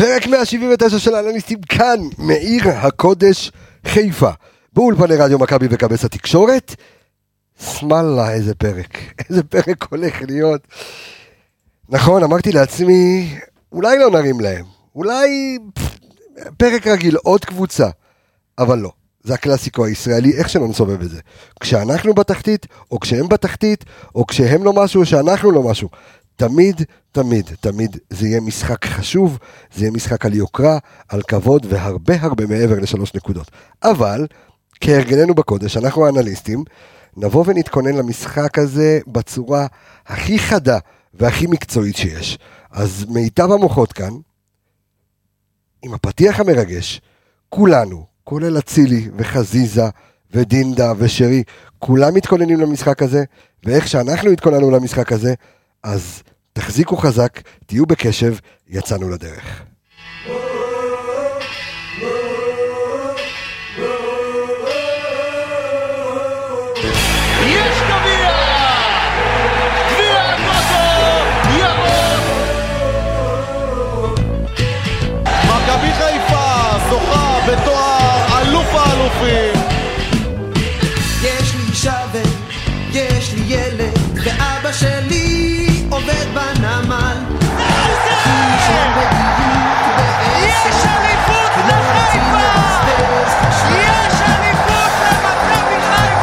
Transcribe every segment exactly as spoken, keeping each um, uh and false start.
פרק מאה שבעים ותשע של האנליסטים כאן, מעיר הקודש חיפה. באולפני רדיו מכבי וקבס התקשורת. סמאללה, איזה פרק. איזה פרק הולך להיות. נכון, אמרתי לעצמי, אולי לא נרים להם. אולי פרק רגיל, עוד קבוצה. אבל לא. זה הקלאסיקו הישראלי, איך שלא נסובב את זה. כשאנחנו בתחתית, או כשהם בתחתית, או כשהם לא משהו, או שאנחנו לא משהו. תמיד, תמיד, תמיד זה יהיה משחק חשוב, זה יהיה משחק על יוקרה, על כבוד, והרבה הרבה מעבר לשלוש נקודות. אבל, כהרגלנו בקודש, אנחנו האנליסטים, נבוא ונתכונן למשחק הזה בצורה הכי חדה והכי מקצועית שיש. אז מיטב המוחות כאן, עם הפתיח המרגש, כולנו, כולל אצילי וחזיזה ודינדה ושרי, כולם מתכוננים למשחק הזה, ואיך שאנחנו התכוננו למשחק הזה, אז תחזיקו חזק, תהיו בקשב, יצאנו לדרך. יש גביע! גביע הטוטו! ירוק! מכבי חיפה זוכה בתואר אלוף האלופים. יש לי שווה, יש לי ילד, ואבא שלי עובד בנמל. יש אליפות לחיפה! יש אליפות למכבי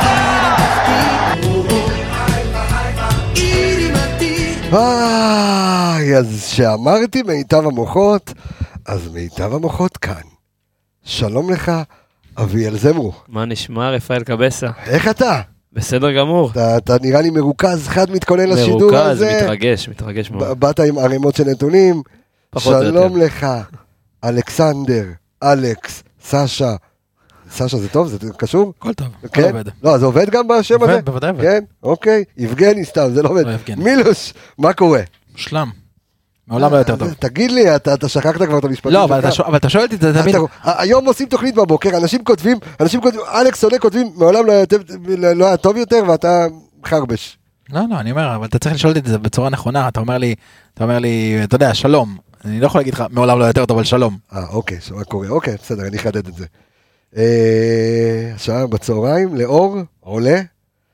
חיפה! איי, אז שאמרתי מיטב המוחות, אז מיטב המוחות כאן. שלום לך, אביאל זמרו. מה נשמע, רפאל קבסה? איך אתה? בסדר גמור. אתה, אתה נראה לי מרוכז, חד מתכונן לשידור הזה. מרוכז, מתרגש, מתרגש מאוד. באת עם ערימות של נתונים. שלום לך, אלכסנדר, אלכס, סשה. סשה זה טוב? זה קשור? הכל טוב, כן? הכל עובד. לא, זה עובד גם בשם עובד, הזה? בוודאי עובד. כן, אוקיי. יבגני סתם, זה לא עובד. לא, יבגני. מילוש, מה קורה? שלם. מעולם לא יותר טוב. תגיד לי, אתה אתה שכחת כבר את המשפטים לא, שלך? אבל אתה שואל- אבל אתה שואל אותי את זה תמיד. אתה- היום עושים תוכנית בבוקר, אנשים כותבים, אנשים כותבים, אלכס סונה כותבים, מעולם לא היה טוב- לא היה טוב יותר, ואתה חרבש. לא, לא, אני אומר, אבל אתה צריך לשאול אותי את זה בצורה נכונה. אתה אומר לי, אתה אומר לי, אתה יודע, שלום. אני לא יכול להגיד לך, מעולם לא יותר טוב, אבל שלום. אה, אוקיי, מה קורה? אוקיי, בסדר, אני אחדד את זה. אה, השעה בצהריים, לאור, עולה.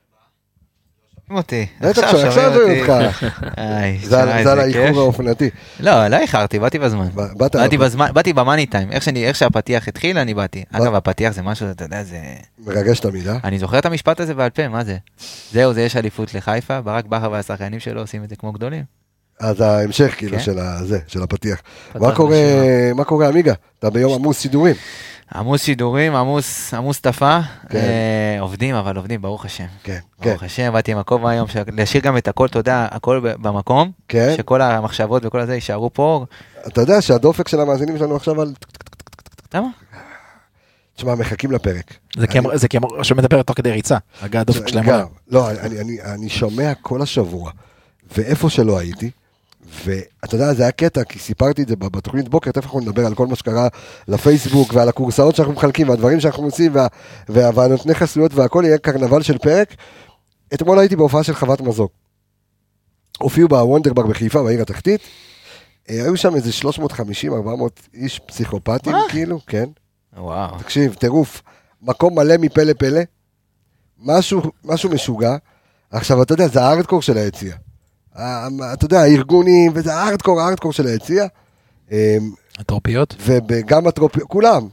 אותי. בטח שעכשיו רואה אותך. איי, זה על- זה על האיחור האופנתי. לא, לא איחרתי, באתי בזמן. ב- באת- באתי בזמן, באתי במאני טיים. איך שאני, איך שהפתיח התחיל, אני באתי. אגב, הפתיח זה משהו, אתה יודע, זה... מרגש תמיד, אה? אני זוכר את המשפט הזה בעל פה, מה זה? זהו, זה יש אליפות לחיפה, ברק בכר והשחקנים שלו עושים את זה כמו גדולים. אז ההמשך, כאילו, כן. של הזה, של הפתיח. פתח מה קורה, נשימה. מה קורה, אמיגה? אתה ביום עמוס סידורים. עמוס שידורים, עמוס, עמוס תפה. כן. אה, עובדים, אבל עובדים, ברוך השם. כן, כן, ברוך השם, באתי עם הכובע היום, ש- להשאיר גם את הכל, אתה יודע, הכל ב- במקום. כן. שכל המחשבות וכל הזה יישארו פה. אתה יודע שהדופק של המאזינים שלנו עכשיו על... למה? תשמע, מחכים לפרק. זה כי אמר- זה כי אמר- שמדבר תוך כדי ריצה. רגע, הדופק שלהם גם, עולה. לא, אני, אני, אני שומע כל השבוע, ואיפה שלא הייתי, ואתה יודע, זה היה קטע, כי סיפרתי את זה בתוכנית בוקר, תכף אנחנו נדבר על כל מה שקרה לפייסבוק, ועל הקורסאות שאנחנו מחלקים, והדברים שאנחנו עושים, וה, וה, והנותני חסויות, והכל יהיה קרנבל של פרק. אתמול הייתי בהופעה של חוות מזוג. הופיעו בוונדרברג בחיפה, בעיר התחתית, אה, היו שם איזה שלוש מאות וחמישים ארבע מאות איש פסיכופטים, כאילו, כן. וואו. תקשיב, טירוף, מקום מלא מפה לפלא, משהו, משהו משוגע. עכשיו, אתה יודע, זה הארדקור של היציאה. ה- אתה יודע, הארגונים, וזה הארדקור, הארדקור של היציאה. אמ, הטרופיות. וגם הטרופיות, כולם.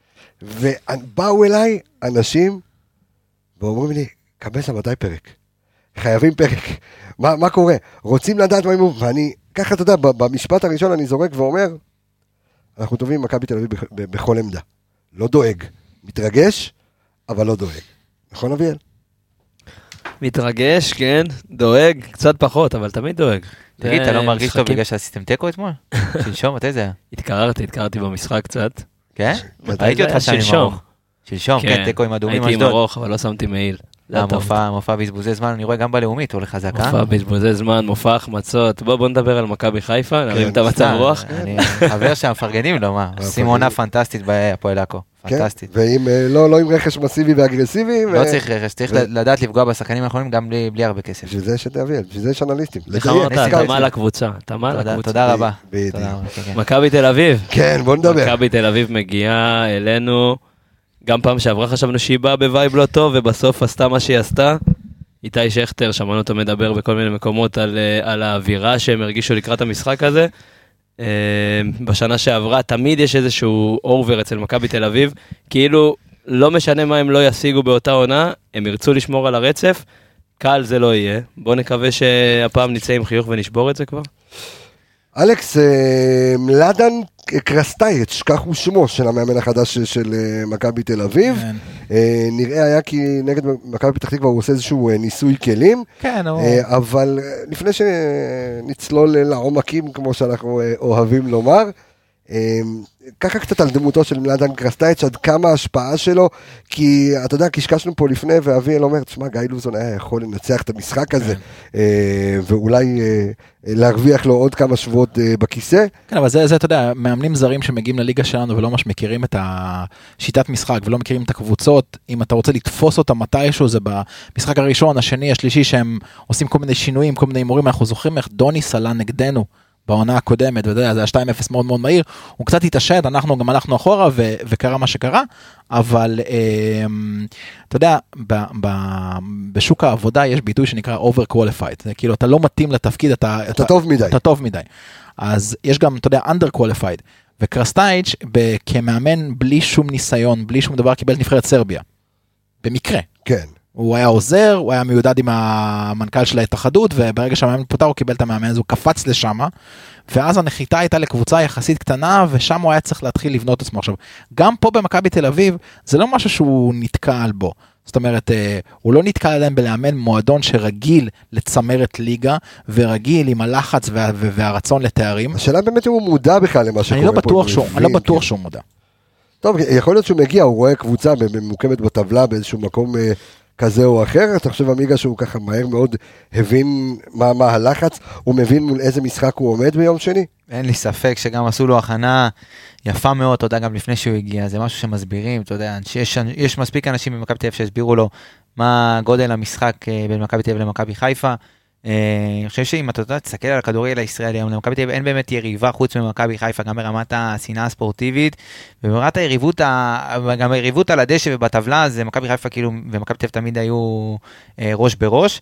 ובאו אליי אנשים, ואומרים לי, קבסה, מתי פרק? חייבים פרק. מה, מה קורה? רוצים לדעת מה הם... ואני, ככה, אתה יודע, ב- במשפט הראשון אני זורק ואומר, אנחנו טובים עם מכבי תל אביב בח- ב- בכל עמדה. לא דואג. מתרגש, אבל לא דואג. נכון, אביאל? מתרגש, כן, דואג, קצת פחות, אבל תמיד דואג. תגיד, אתה לא מרגיש טוב משחקים- בגלל שעשיתם תיקו אתמול? שלשום, מתי זה היה? התקררתי, התקררתי במשחק קצת. כן? מתי ראיתי זה אותך היה שם עם שלשום. ארוך. שלשום, כן, תיקו עם אדומים הייתי עם אשדוד. ארוך, אבל לא שמתי מעיל. זה היה טוב. המופע, מופע בזבוזי זמן, אני רואה גם בלאומית, הולך חזק, אה? מופע בזבוזי זמן, מופע החמצות. בוא, בוא נדבר על מכבי חיפה, נרים את המצב סתם, רוח. אני חבר שם, מפרגנים לו, מה? עושים עונה פנטסטית בהפועל עכו. פנטסטית. ואם לא, לא עם רכש מסיבי ואגרסיבי. לא צריך רכש, צריך לדעת לפגוע בשחקנים האחרונים גם בלי הרבה כסף. בשביל זה שתביא, בשביל זה יש אנליסטים. איך אמרת, תמה לקבוצה, תמה לקבוצה. תודה רבה. מכבי תל אביב. כן, בוא נדבר. מכבי תל אביב מגיעה אלינו, גם פעם שעברה חשבנו שהיא באה בווייב לא טוב, ובסוף עשתה מה שהיא עשתה. איתי שכטר, שמענו אותו מדבר בכל מיני מקומות על, על האווירה שהם הרגישו לקראת המשחק הזה. בשנה שעברה תמיד יש איזשהו אובר אצל מכבי תל אביב, כאילו לא משנה מה הם לא ישיגו באותה עונה, הם ירצו לשמור על הרצף, קל זה לא יהיה. בואו נקווה שהפעם נצא עם חיוך ונשבור את זה כבר. אלכס, מלאדן קרסטייץ', כך הוא שמו של המאמן החדש של מכבי תל אביב. נראה היה כי נגד מכבי פתח תקווה הוא עושה איזשהו ניסוי כלים. כן, אבל לפני שנצלול לעומקים, כמו שאנחנו אוהבים לומר, ככה קצת על דמותו של מלאדן קרסטייץ', עד כמה ההשפעה שלו, כי אתה יודע, קשקשנו פה לפני, ואביאל אומר, תשמע, גיא לוזון היה יכול לנצח את המשחק הזה, ואולי להרוויח לו עוד כמה שבועות בכיסא. כן, אבל זה, זה, אתה יודע, מאמנים זרים שמגיעים לליגה שלנו, ולא ממש מכירים את השיטת משחק, ולא מכירים את הקבוצות, אם אתה רוצה לתפוס אותם מתישהו, זה במשחק הראשון, השני, השלישי, שהם עושים כל מיני שינויים, כל מיני הימורים, אנחנו זוכרים איך דוני סלה נגדנו, בעונה הקודמת, וזה היה שתיים אפס מאוד מאוד מהיר, הוא קצת התעשת, אנחנו גם הלכנו אחורה, ו- וקרה מה שקרה, אבל אה, אתה יודע, ב- ב- בשוק העבודה יש ביטוי שנקרא over-qualified, זה כאילו, אתה לא מתאים לתפקיד, אתה, אתה, אתה טוב מדי. אתה טוב מדי. אז יש גם, אתה יודע, under-qualified, וקרסטייץ' כמאמן בלי שום ניסיון, בלי שום דבר, קיבל נבחרת סרביה. במקרה. כן. הוא היה עוזר, הוא היה מיודד עם המנכ"ל של ההתאחדות, וברגע שהמאמן פוטר הוא קיבל את המאמן, אז הוא קפץ לשם, ואז הנחיתה הייתה לקבוצה יחסית קטנה, ושם הוא היה צריך להתחיל לבנות עצמו. עכשיו, גם פה במכבי תל אביב, זה לא משהו שהוא נתקע על בו. זאת אומרת, הוא לא נתקע עליהם בלאמן מועדון שרגיל לצמרת ליגה, ורגיל עם הלחץ וה, והרצון לתארים. השאלה באמת הוא מודע בכלל למה שקורה פה. אני לא בטוח שהוא, אני לא בטוח שהוא מודע. טוב, יכול להיות שהוא מגיע, הוא רואה קבוצה ממוקמת בטבלה באיזשהו מקום כזה או אחר, אתה חושב אמיגה שהוא ככה מהר מאוד הבין מה, מה הלחץ, הוא מבין מול איזה משחק הוא עומד ביום שני? אין לי ספק שגם עשו לו הכנה יפה מאוד, אתה יודע, גם לפני שהוא הגיע, זה משהו שמסבירים, אתה יודע, שיש, יש מספיק אנשים במכבי תל אביב שהסבירו לו מה גודל המשחק בין מכבי תל אביב למכבי חיפה. אני חושב שאם אתה יודע, תסתכל על הכדורגל הישראלי, היום למכבי תל אביב אין באמת יריבה חוץ ממכבי חיפה, גם ברמת השנאה הספורטיבית, וברמת היריבות, גם היריבות על הדשא ובטבלה, זה מכבי חיפה כאילו, ומכבי תל אביב תמיד היו ראש בראש,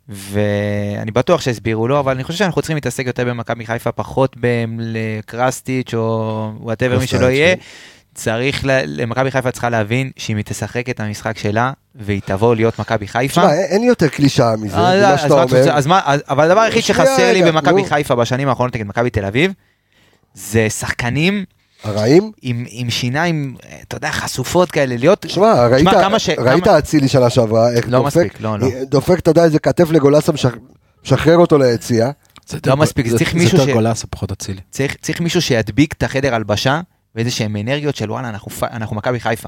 ואני בטוח שהסבירו לו, אבל אני חושב שאנחנו צריכים להתעסק יותר במכבי חיפה, פחות לקרסטיץ' או whatever מי שלא יהיה, צריך, למכבי חיפה צריכה להבין שהיא מתשחק את המשחק שלה, והיא תבוא להיות מכבי חיפה. תשמע, אין לי יותר קלישה מזה, מה שאתה אומר. אבל הדבר היחיד שחסר לי במכבי חיפה בשנים האחרונות נגד מכבי תל אביב, זה שחקנים הרעים? עם שיניים, אתה יודע, חשופות כאלה, להיות... תשמע, ראית אצילי שנה שעברה, איך לא מספיק, לא, לא. דופק, אתה יודע, איזה כתף לגולסה, משחרר אותו ליציאה. לא מספיק, זה צריך מישהו ש... זה יותר גולסה, פחות אצילי. צריך מישהו שידביק את החדר הלבשה, ואיזה שהם אנרגיות של וואלה, אנחנו, אנחנו מכבי חיפה.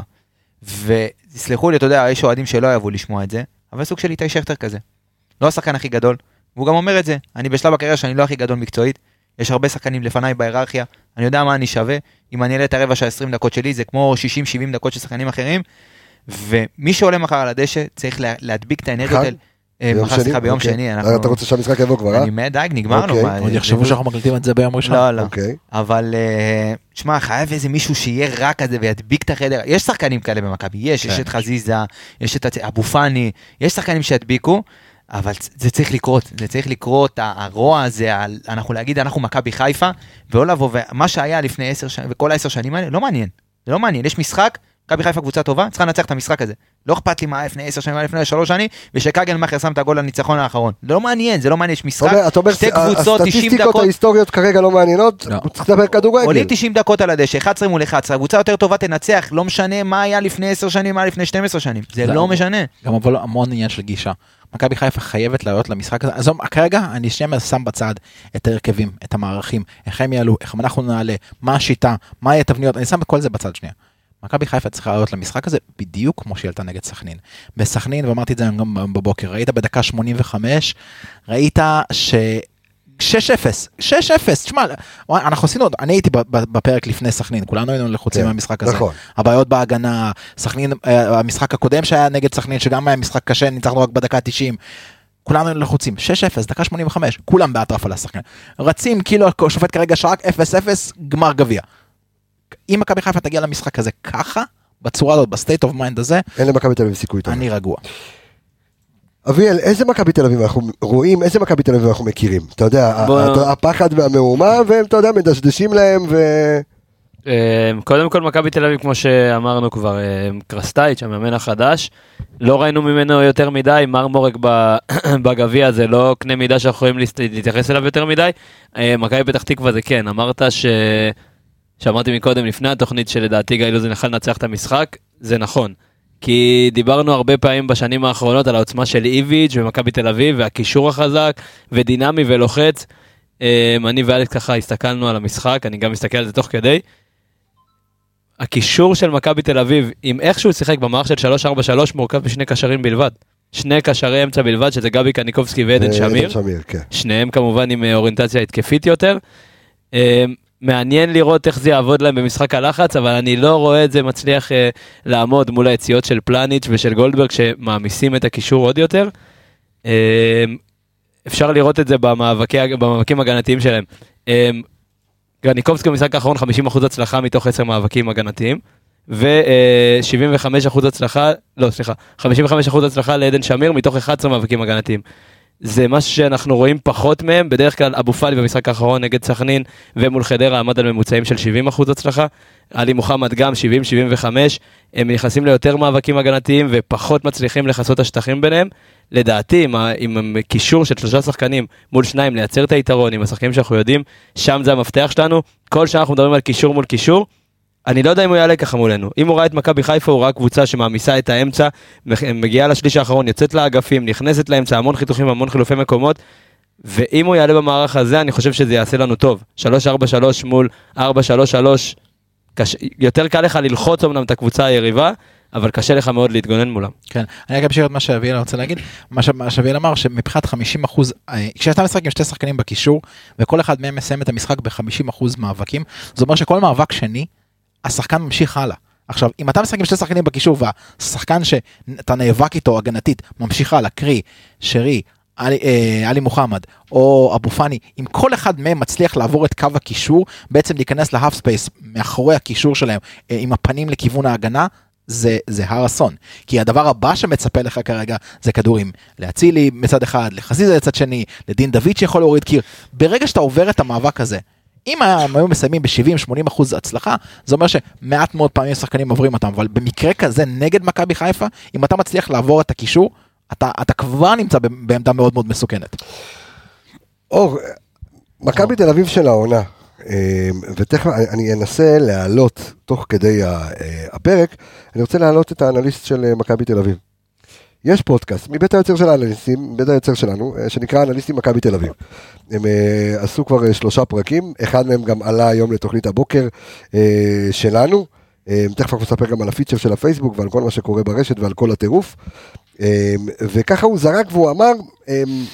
וסלחו לי, אתה יודע, יש אוהדים שלא אהבו לשמוע את זה, אבל סוג של איתי שכטר כזה. לא השחקן הכי גדול, והוא גם אומר את זה. אני בשלב הקריירה שאני לא הכי גדול מקצועית, יש הרבה שחקנים לפניי בהיררכיה, אני יודע מה אני שווה, אם אני אעלה את הרבע של עשרים דקות שלי, זה כמו שישים שבעים דקות של שחקנים אחרים, ומי שעולה מחר על הדשא, צריך להדביק את האנרגיות האלה. מחר שיחה ביום שני. אתה רוצה שהמשחק יבוא כבר, אה? אני מדייג, נגמרנו. עוד יחשבו שאנחנו מקליטים את זה ביום ראשון. לא, לא. אבל, שמע, חייב איזה מישהו שיהיה רע כזה וידביק את החדר. יש שחקנים כאלה במכבי, יש, יש את חזיזה, יש את אבו פאני, יש שחקנים שידביקו, אבל זה צריך לקרות, זה צריך לקרות, הרוע הזה, אנחנו להגיד, אנחנו מכבי חיפה, ולא לבוא, ומה שהיה לפני עשר שנים, וכל העשר שנים האלה, לא מעניין. זה לא מעניין, יש משחק, מכבי חיפה קבוצה טובה, צריכה לנצח את המשחק הזה. לא אכפת לי מה לפני עשר שנים, לפני שלוש שנים, ושקגלמאכר שם את הגול לניצחון האחרון. זה לא מעניין, זה לא מעניין, יש משחק, שתי קבוצות, תשעים דקות. הסטטיסטיקות ההיסטוריות כרגע לא מעניינות, הוא צריך לדבר כדורגל. עולים תשעים דקות על הדשא, אחת עשרה מול אחת עשרה, הקבוצה יותר טובה תנצח, לא משנה מה היה לפני עשר שנים, מה לפני שתים עשרה שנים. זה לא משנה. גם אבל המון עניין של גישה. מכבי חיפה חייבת לעלות למשחק הזה. אז כרגע אני שנייה שם בצד את ההרכבים, את המערכים, איך הם יעלו, איך אנחנו נעלה, מה השיטה, מה יהיה תבניות, אני שם את כל זה בצד שנייה. מכבי חיפה צריכה לעלות למשחק הזה בדיוק כמו שהיא עלתה נגד סכנין. בסכנין, ואמרתי את זה גם בבוקר, ראית בדקה שמונים וחמש, ראית שש אפס, שש אפס, תשמע, אנחנו עשינו, אני הייתי בפרק לפני סכנין, כולנו היינו לחוצים מהמשחק הזה, הבעיות בהגנה, סכנין, המשחק הקודם שהיה נגד סכנין, שגם היה משחק קשה, ניצחנו רק בדקה תשעים, כולנו היינו לחוצים, שש אפס, דקה שמונים וחמש, כולם באטרף על השחקן, רצים, כאילו שופט כרגע שרק אפס אפס, גמר גביע. אם מכבי חיפה תגיע למשחק הזה ככה, בצורה הזאת, בסטייט אוף מיינד הזה, אין למכבי תל אביב סיכוי טוב. אני רגוע. אביאל, איזה מכבי תל אביב אנחנו רואים, איזה מכבי תל אביב אנחנו מכירים? אתה יודע, הפחד והמהומה, והם, אתה יודע, מדשדשים להם ו... קודם כל, מכבי תל אביב, כמו שאמרנו כבר, קרסטייץ', המאמן החדש, לא ראינו ממנו יותר מדי, מרמורק בגביע זה לא קנה מידה שאנחנו יכולים להתייחס אליו יותר מדי, מכבי פתח תקווה זה כן, אמרת ש... שאמרתי מקודם לפני התוכנית שלדעתי גיא לוזן יכול לנצח את המשחק, זה נכון. כי דיברנו הרבה פעמים בשנים האחרונות על העוצמה של איביץ' ומכבי תל אביב, והקישור החזק, ודינמי ולוחץ. אני ואלכס ככה הסתכלנו על המשחק, אני גם מסתכל על זה תוך כדי. הקישור של מכבי תל אביב, עם איכשהו שיחק במערך של שלוש ארבע שלוש, מורכב בשני קשרים בלבד. שני קשרי אמצע בלבד, שזה גבי קניקובסקי ועדן שמיר. שמיר, כן. שניהם כמובן עם אוריינטציה התקפית יותר. מעניין לראות איך זה יעבוד להם במשחק הלחץ, אבל אני לא רואה את זה מצליח אה, לעמוד מול היציאות של פלניץ' ושל גולדברג, שמעמיסים את הקישור עוד יותר. אה, אפשר לראות את זה במאבקי, במאבקים הגנתיים שלהם. אה, גרניקובסקי במשחק האחרון חמישים אחוז הצלחה מתוך עשרה מאבקים הגנתיים, ו-שבעים וחמישה אחוז הצלחה, לא סליחה, חמישים וחמישה אחוז הצלחה לעדן שמיר מתוך אחד עשר מאבקים הגנתיים. זה משהו שאנחנו רואים פחות מהם, בדרך כלל אבו פאלי במשחק האחרון נגד סכנין ומול חדרה עמד על ממוצעים של שבעים אחוז הצלחה, עלי מוחמד גם שבעים שבעים וחמש, הם נכנסים ליותר מאבקים הגנתיים ופחות מצליחים לחסות השטחים ביניהם. לדעתי עם, עם קישור של שלושה שחקנים מול שניים לייצר את היתרון עם השחקנים שאנחנו יודעים, שם זה המפתח שלנו. כל שעה אנחנו מדברים על קישור מול קישור, אני לא יודע אם הוא יעלה ככה מולנו. אם הוא ראה את מכבי חיפה, הוא ראה קבוצה שמעמיסה את האמצע, מגיעה לשליש האחרון, יוצאת לאגפים, נכנסת לאמצע, המון חיתוכים, המון חילופי מקומות, ואם הוא יעלה במערך הזה, אני חושב שזה יעשה לנו טוב. שלוש ארבע שלוש מול ארבע שלוש שלוש, קש... יותר קל לך ללחוץ אומנם את הקבוצה היריבה, אבל קשה לך מאוד להתגונן מולם. כן, אני אגב בשביל מה שאביאל רוצה להגיד, מה שאביאל אמר, שמבחינת חמישים אחוז, כשאתה משחק עם שתי שחקנים בקישור, וכל אחד מהם מסיים את המשחק ב-חמישים אחוז מאבקים, זאת אומרת שכל מאבק שני, השחקן ממשיך הלאה. עכשיו, אם אתה משחק עם שתי שחקנים בקישור, והשחקן שאתה נאבק איתו הגנתית, ממשיך הלאה, קרי, שרי, עלי, אה, עלי מוחמד, או אבו פאני, אם כל אחד מהם מצליח לעבור את קו הקישור, בעצם להיכנס להאף ספייס, מאחורי הקישור שלהם, אה, עם הפנים לכיוון ההגנה, זה, זה הר אסון. כי הדבר הבא שמצפה לך כרגע, זה כדורים להצילי מצד אחד, לחזיזה לצד שני, לדין דוד שיכול להוריד קיר. ברגע שאתה עובר את המאבק הזה, אם הם היו מסיימים ב-שבעים שמונים אחוז הצלחה, זה אומר שמעט מאוד פעמים שחקנים עוברים אותם, אבל במקרה כזה נגד מכבי חיפה, אם אתה מצליח לעבור את הקישור, אתה, אתה כבר נמצא בעמדה מאוד מאוד מסוכנת. אור, מכבי תל אביב של העונה, ותכף אני אנסה להעלות תוך כדי הפרק, אני רוצה להעלות את האנליסט של מכבי תל אביב. יש פודקאסט מבית היוצר של האנליסטים, בית היוצר שלנו, שנקרא אנליסטים מכבי תל אביב. הם uh, עשו כבר uh, שלושה פרקים, אחד מהם גם עלה היום לתוכנית הבוקר uh, שלנו, uh, תכף אנחנו נספר גם על הפיצ'ר של הפייסבוק ועל כל מה שקורה ברשת ועל כל הטירוף, uh, וככה הוא זרק והוא אמר uh,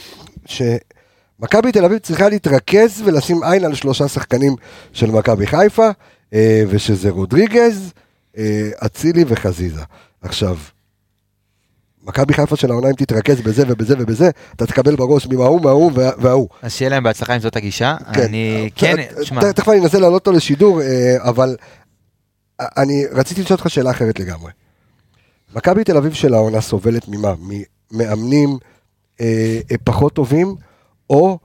שמכבי תל אביב צריכה להתרכז ולשים עין על שלושה שחקנים של מכבי חיפה, uh, ושזה רודריגז, uh, אצילי וחזיזה. עכשיו, מכבי חיפה של העונה, אם תתרכז בזה ובזה ובזה, אתה תקבל בראש ממהוא, מהוא והוא. אז שיהיה להם בהצלחה עם זאת הגישה. אני, כן, תשמע. תכף אני אנסה לעלות אותו לשידור, אבל אני רציתי לשאול אותך שאלה אחרת לגמרי. מכבי תל אביב של העונה סובלת ממה? ממאמנים פחות טובים, או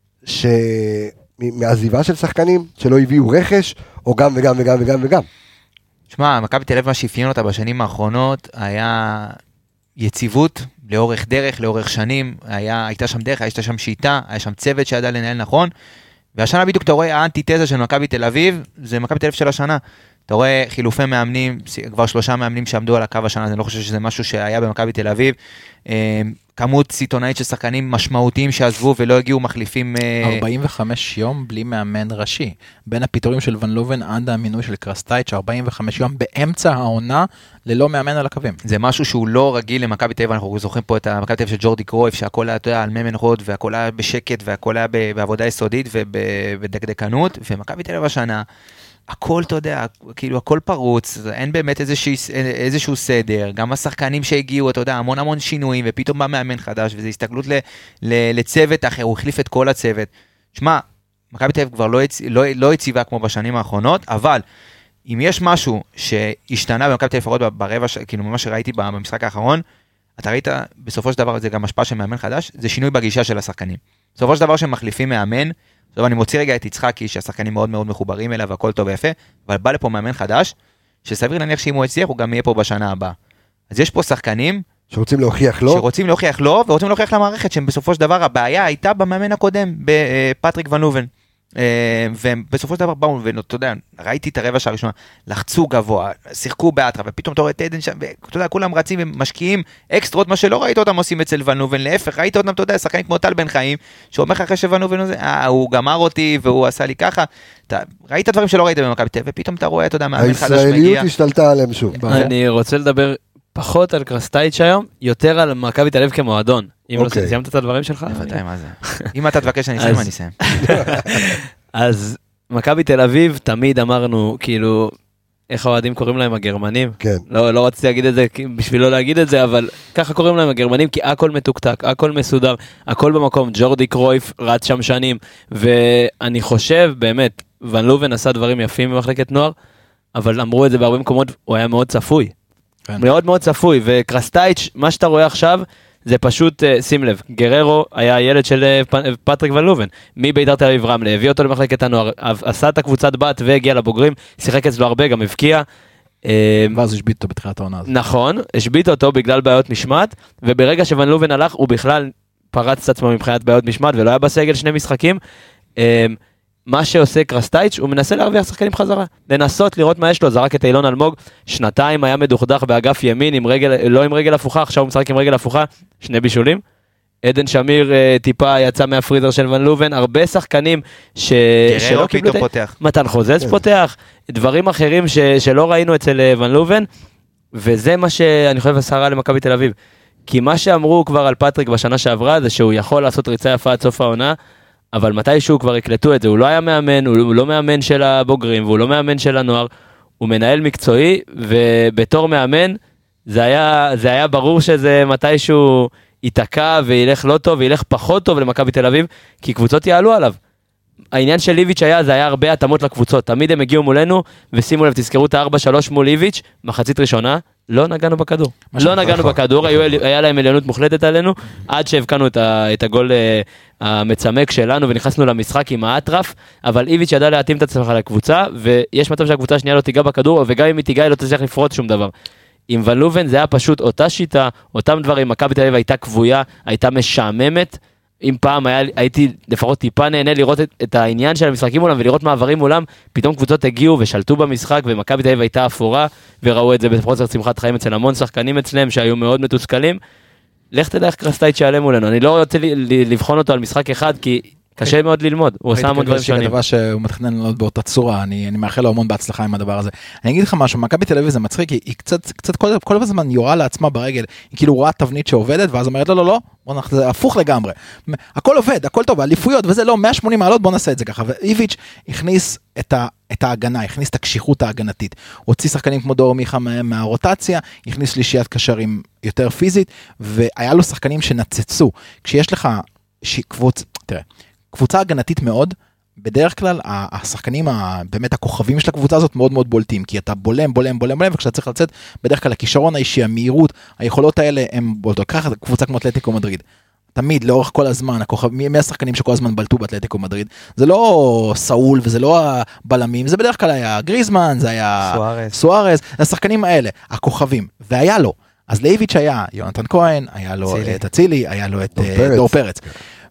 מעזיבה של שחקנים, שלא הביאו רכש, או גם וגם וגם וגם וגם. תשמע, מכבי תל אביב מה שאפיין אותה בשנים האחרונות, היה יציבות, לאורך דרך, לאורך שנים, היה, הייתה שם דרך, הייתה שם שיטה, היה שם צוות שידע לנהל נכון, והשנה בדיוק אתה רואה האנטיתזה של מכבי תל אביב, זה מכבי תל אביב של השנה. אתה רואה חילופי מאמנים, כבר שלושה מאמנים שעמדו על הקו השנה, אני לא חושב שזה משהו שהיה במכבי תל אביב, כמות סיטונאית של שחקנים משמעותיים שעזבו ולא הגיעו מחליפים... ארבעים וחמישה יום בלי מאמן ראשי. בין הפיטורים של ון לובן עד המינוי של קרסטייץ' ארבעים וחמישה יום באמצע העונה ללא מאמן על הקווים. זה משהו שהוא לא רגיל למכבי תל אביב, אנחנו זוכרים פה את מכבי תל אביב של ג'ורדי קרויף, שהכל היה, אתה יודע, על מי מנחות, והכל היה בשקט, והכל היה בעבודה יסודית ובדקדקנות, ומכבי תל אביב השנה, הכל, אתה יודע, כאילו הכל פרוץ, אין באמת איזשהו, איזשהו סדר, גם השחקנים שהגיעו, אתה יודע, המון המון שינויים, ופתאום בא מאמן חדש, וזו הסתגלות ל, ל, לצוות אחר, הוא החליף את כל הצוות. שמע, מכבי תל אביב כבר לא, הצ... לא, לא הציבה כמו בשנים האחרונות, אבל אם יש משהו שהשתנה במכבי תל אביב לפחות ברבע, כאילו ממה שראיתי במשחק האחרון, אתה ראית, בסופו של דבר, זה גם השפעה של מאמן חדש, זה שינוי בגישה של השחקנים. בסופו של דבר שהם מחליפים מאמן, טוב, אני מוציא רגע את יצחקי, שהשחקנים מאוד מאוד מחוברים אליו, והכל טוב ויפה, אבל בא לפה מאמן חדש, שסביר להניח שאם הוא הצליח, הוא גם יהיה פה בשנה הבאה. אז יש פה שחקנים, שרוצים להוכיח לו, שרוצים להוכיח לו, ורוצים להוכיח למערכת, שהם בסופו של דבר, הבעיה הייתה במאמן הקודם, בפטריק ון לובן. ובסופו של דבר באו, ואתה יודע, ראיתי את הרבע שהראשונה, לחצו גבוה, שיחקו באטרה, ופתאום אתה רואה את עדן שם, ואתה יודע, כולם רצים ומשקיעים אקסטרות, מה שלא ראית אותם עושים אצל ון לובן, להפך, ראית אותם, אתה יודע, שחקנים כמו טל בן חיים, שאומר לך אחרי שוון לובן, אה, הוא גמר אותי, והוא עשה לי ככה, אתה, ראית דברים שלא ראית במכבי תל אביב, ופתאום אתה רואה, אתה יודע, מאמן חדש מגיע. הישראליות השתלטה עליהם שוב. אני רוצה לדבר פחות על קרסטייץ' היום, יותר על מכבי תל אביב כמועדון. אם לא סיימת את הדברים שלך? בוודאי, מה זה? אם אתה תבקש אני אסיים, אני אסיים. אז מכבי תל אביב תמיד אמרנו, כאילו, איך האוהדים קוראים להם הגרמנים? כן. לא, לא רציתי להגיד את זה בשביל לא להגיד את זה, אבל ככה קוראים להם הגרמנים, כי הכל מתוקתק, הכל מסודר, הכל במקום. ג'ורדי קרויף רץ שם שנים, ואני חושב, באמת, ון לובן עשה דברים יפים במחלקת נוער, אבל אמרו את זה בהרבה מקומות, הוא היה מאוד צפוי. כן. מאוד מאוד צפוי, וקרסטייץ', מה שאתה רואה עכשיו, זה פשוט, שים לב, גררו היה הילד של פטריק ון לובן, מבית"ר תל אביב רמלה, הביא אותו למחלקת הנוער, עשה את הקבוצת בת והגיע לבוגרים, שיחק אצלו הרבה, גם הבקיע. ואז השביט אותו בתחילת העונה הזאת. נכון, השביט אותו בגלל בעיות משמעת, וברגע שוון לובן הלך, הוא בכלל פרץ את עצמו מבחינת בעיות משמעת, ולא היה בסגל שני משחקים. מה שעושה קרסטייץ' הוא מנסה להרוויח שחקנים חזרה, לנסות לראות מה יש לו, זרק את אילון אלמוג, שנתיים היה מדוכדך באגף ימין, עם רגל, לא עם רגל הפוכה, עכשיו הוא משחק עם רגל הפוכה, שני בישולים, עדן שמיר טיפה יצא מהפריזר של ון לובן, הרבה שחקנים ש... גררו פתאום פותח. מתן חוזז פותח, דברים אחרים ש... שלא ראינו אצל ון לובן, וזה מה שאני חושב עשרה למכבי תל אביב, כי מה שאמרו כבר על פטריק בשנה שעברה, זה שהוא יכול לעשות ריצה יפה עד סוף העונה, אבל מתישהו כבר הקלטו את זה, הוא לא היה מאמן, הוא לא מאמן של הבוגרים, והוא לא מאמן של הנוער, הוא מנהל מקצועי, ובתור מאמן, זה היה, זה היה ברור שזה מתישהו ייתקע, וילך לא טוב, וילך פחות טוב למכבי תל אביב, כי קבוצות יעלו עליו. העניין של ליביץ' היה, זה היה הרבה התאמות לקבוצות, תמיד הם הגיעו מולנו, ושימו לב, תזכרו את ה-ארבע שלוש מול ליביץ', מחצית ראשונה, לא נגענו בכדור. לא נגענו בכדור, היה להם עליונות מוחלטת עלינו, עד שהבקענו את הגול המצמק שלנו, ונכנסנו למשחק עם האטרף, אבל ליביץ' ידע להתאים את עצמך לקבוצה, ויש מצב שהקבוצה השנייה לא תיגע בכדור, וגם אם היא תיגע, היא לא תצליח לפרוץ שום דבר. עם ון לובן זה היה פשוט אותה שיטה, אותם דברים, מכבי תל אביב הייתה קבויה, הייתה משעממת, אם פעם היה, הייתי לפחות טיפה נהנה לראות את, את העניין של המשחקים מולם ולראות מעברים מולם, פתאום קבוצות הגיעו ושלטו במשחק, ומכבי תל אביב הייתה אפורה, וראו את זה בפרוצר צמחת חיים אצל המון שחקנים אצלם שהיו מאוד מתוסכלים. לך תדע איך קרסטייץ' שעלה מולנו, אני לא רוצה לבחון אותו על משחק אחד, כי קשה מאוד ללמוד, הוא עושה המון דברים שונים. ראיתי כתבה שהוא מתכנן לעלות באותה צורה, אני מאחל לו המון בהצלחה עם הדבר הזה. אני אגיד לך משהו, מכבי תל אביב זה מצחיק, היא קצת, קצת כל הזמן יורה לעצמה ברגל, היא כאילו רואה תבנית שעובדת, ואז אומרת, לא, לא, לא, בוא נח, זה הפוך לגמרי. הכל עובד, הכל טוב, האליפויות וזה לא, מאה ושמונים מעלות, בוא נעשה את זה ככה. ואיביץ' הכניס את ה... את ההגנה, הכניס את הקשיחות ההגנתית, הוציא שחקנים כמו דור מיכה מהרוטציה, הכניס שלישיית קשרים יותר פיזית, והיה לו שחקנים שנצצו. כשיש לך קבוצ... תראה, קבוצה הגנתית מאוד, בדרך כלל השחקנים, באמת הכוכבים של הקבוצה הזאת מאוד מאוד בולטים, כי אתה בולם, בולם, בולם, בולם, וכשאתה צריך לצאת, בדרך כלל הכישרון האישי, המהירות, היכולות האלה הם בולטות. ככה קבוצה כמו אתלטיקו מדריד. תמיד, לאורך כל הזמן, מי השחקנים שכל הזמן בלטו באתלטיקו מדריד, זה לא סאול וזה לא הבלמים, זה בדרך כלל היה גריזמן, זה היה סוארז, סוארז, השחקנים האלה, הכוכבים, והיה לו, אז לאיביץ' היה יונתן כהן, היה לו את אצילי, היה לו את דור פרץ,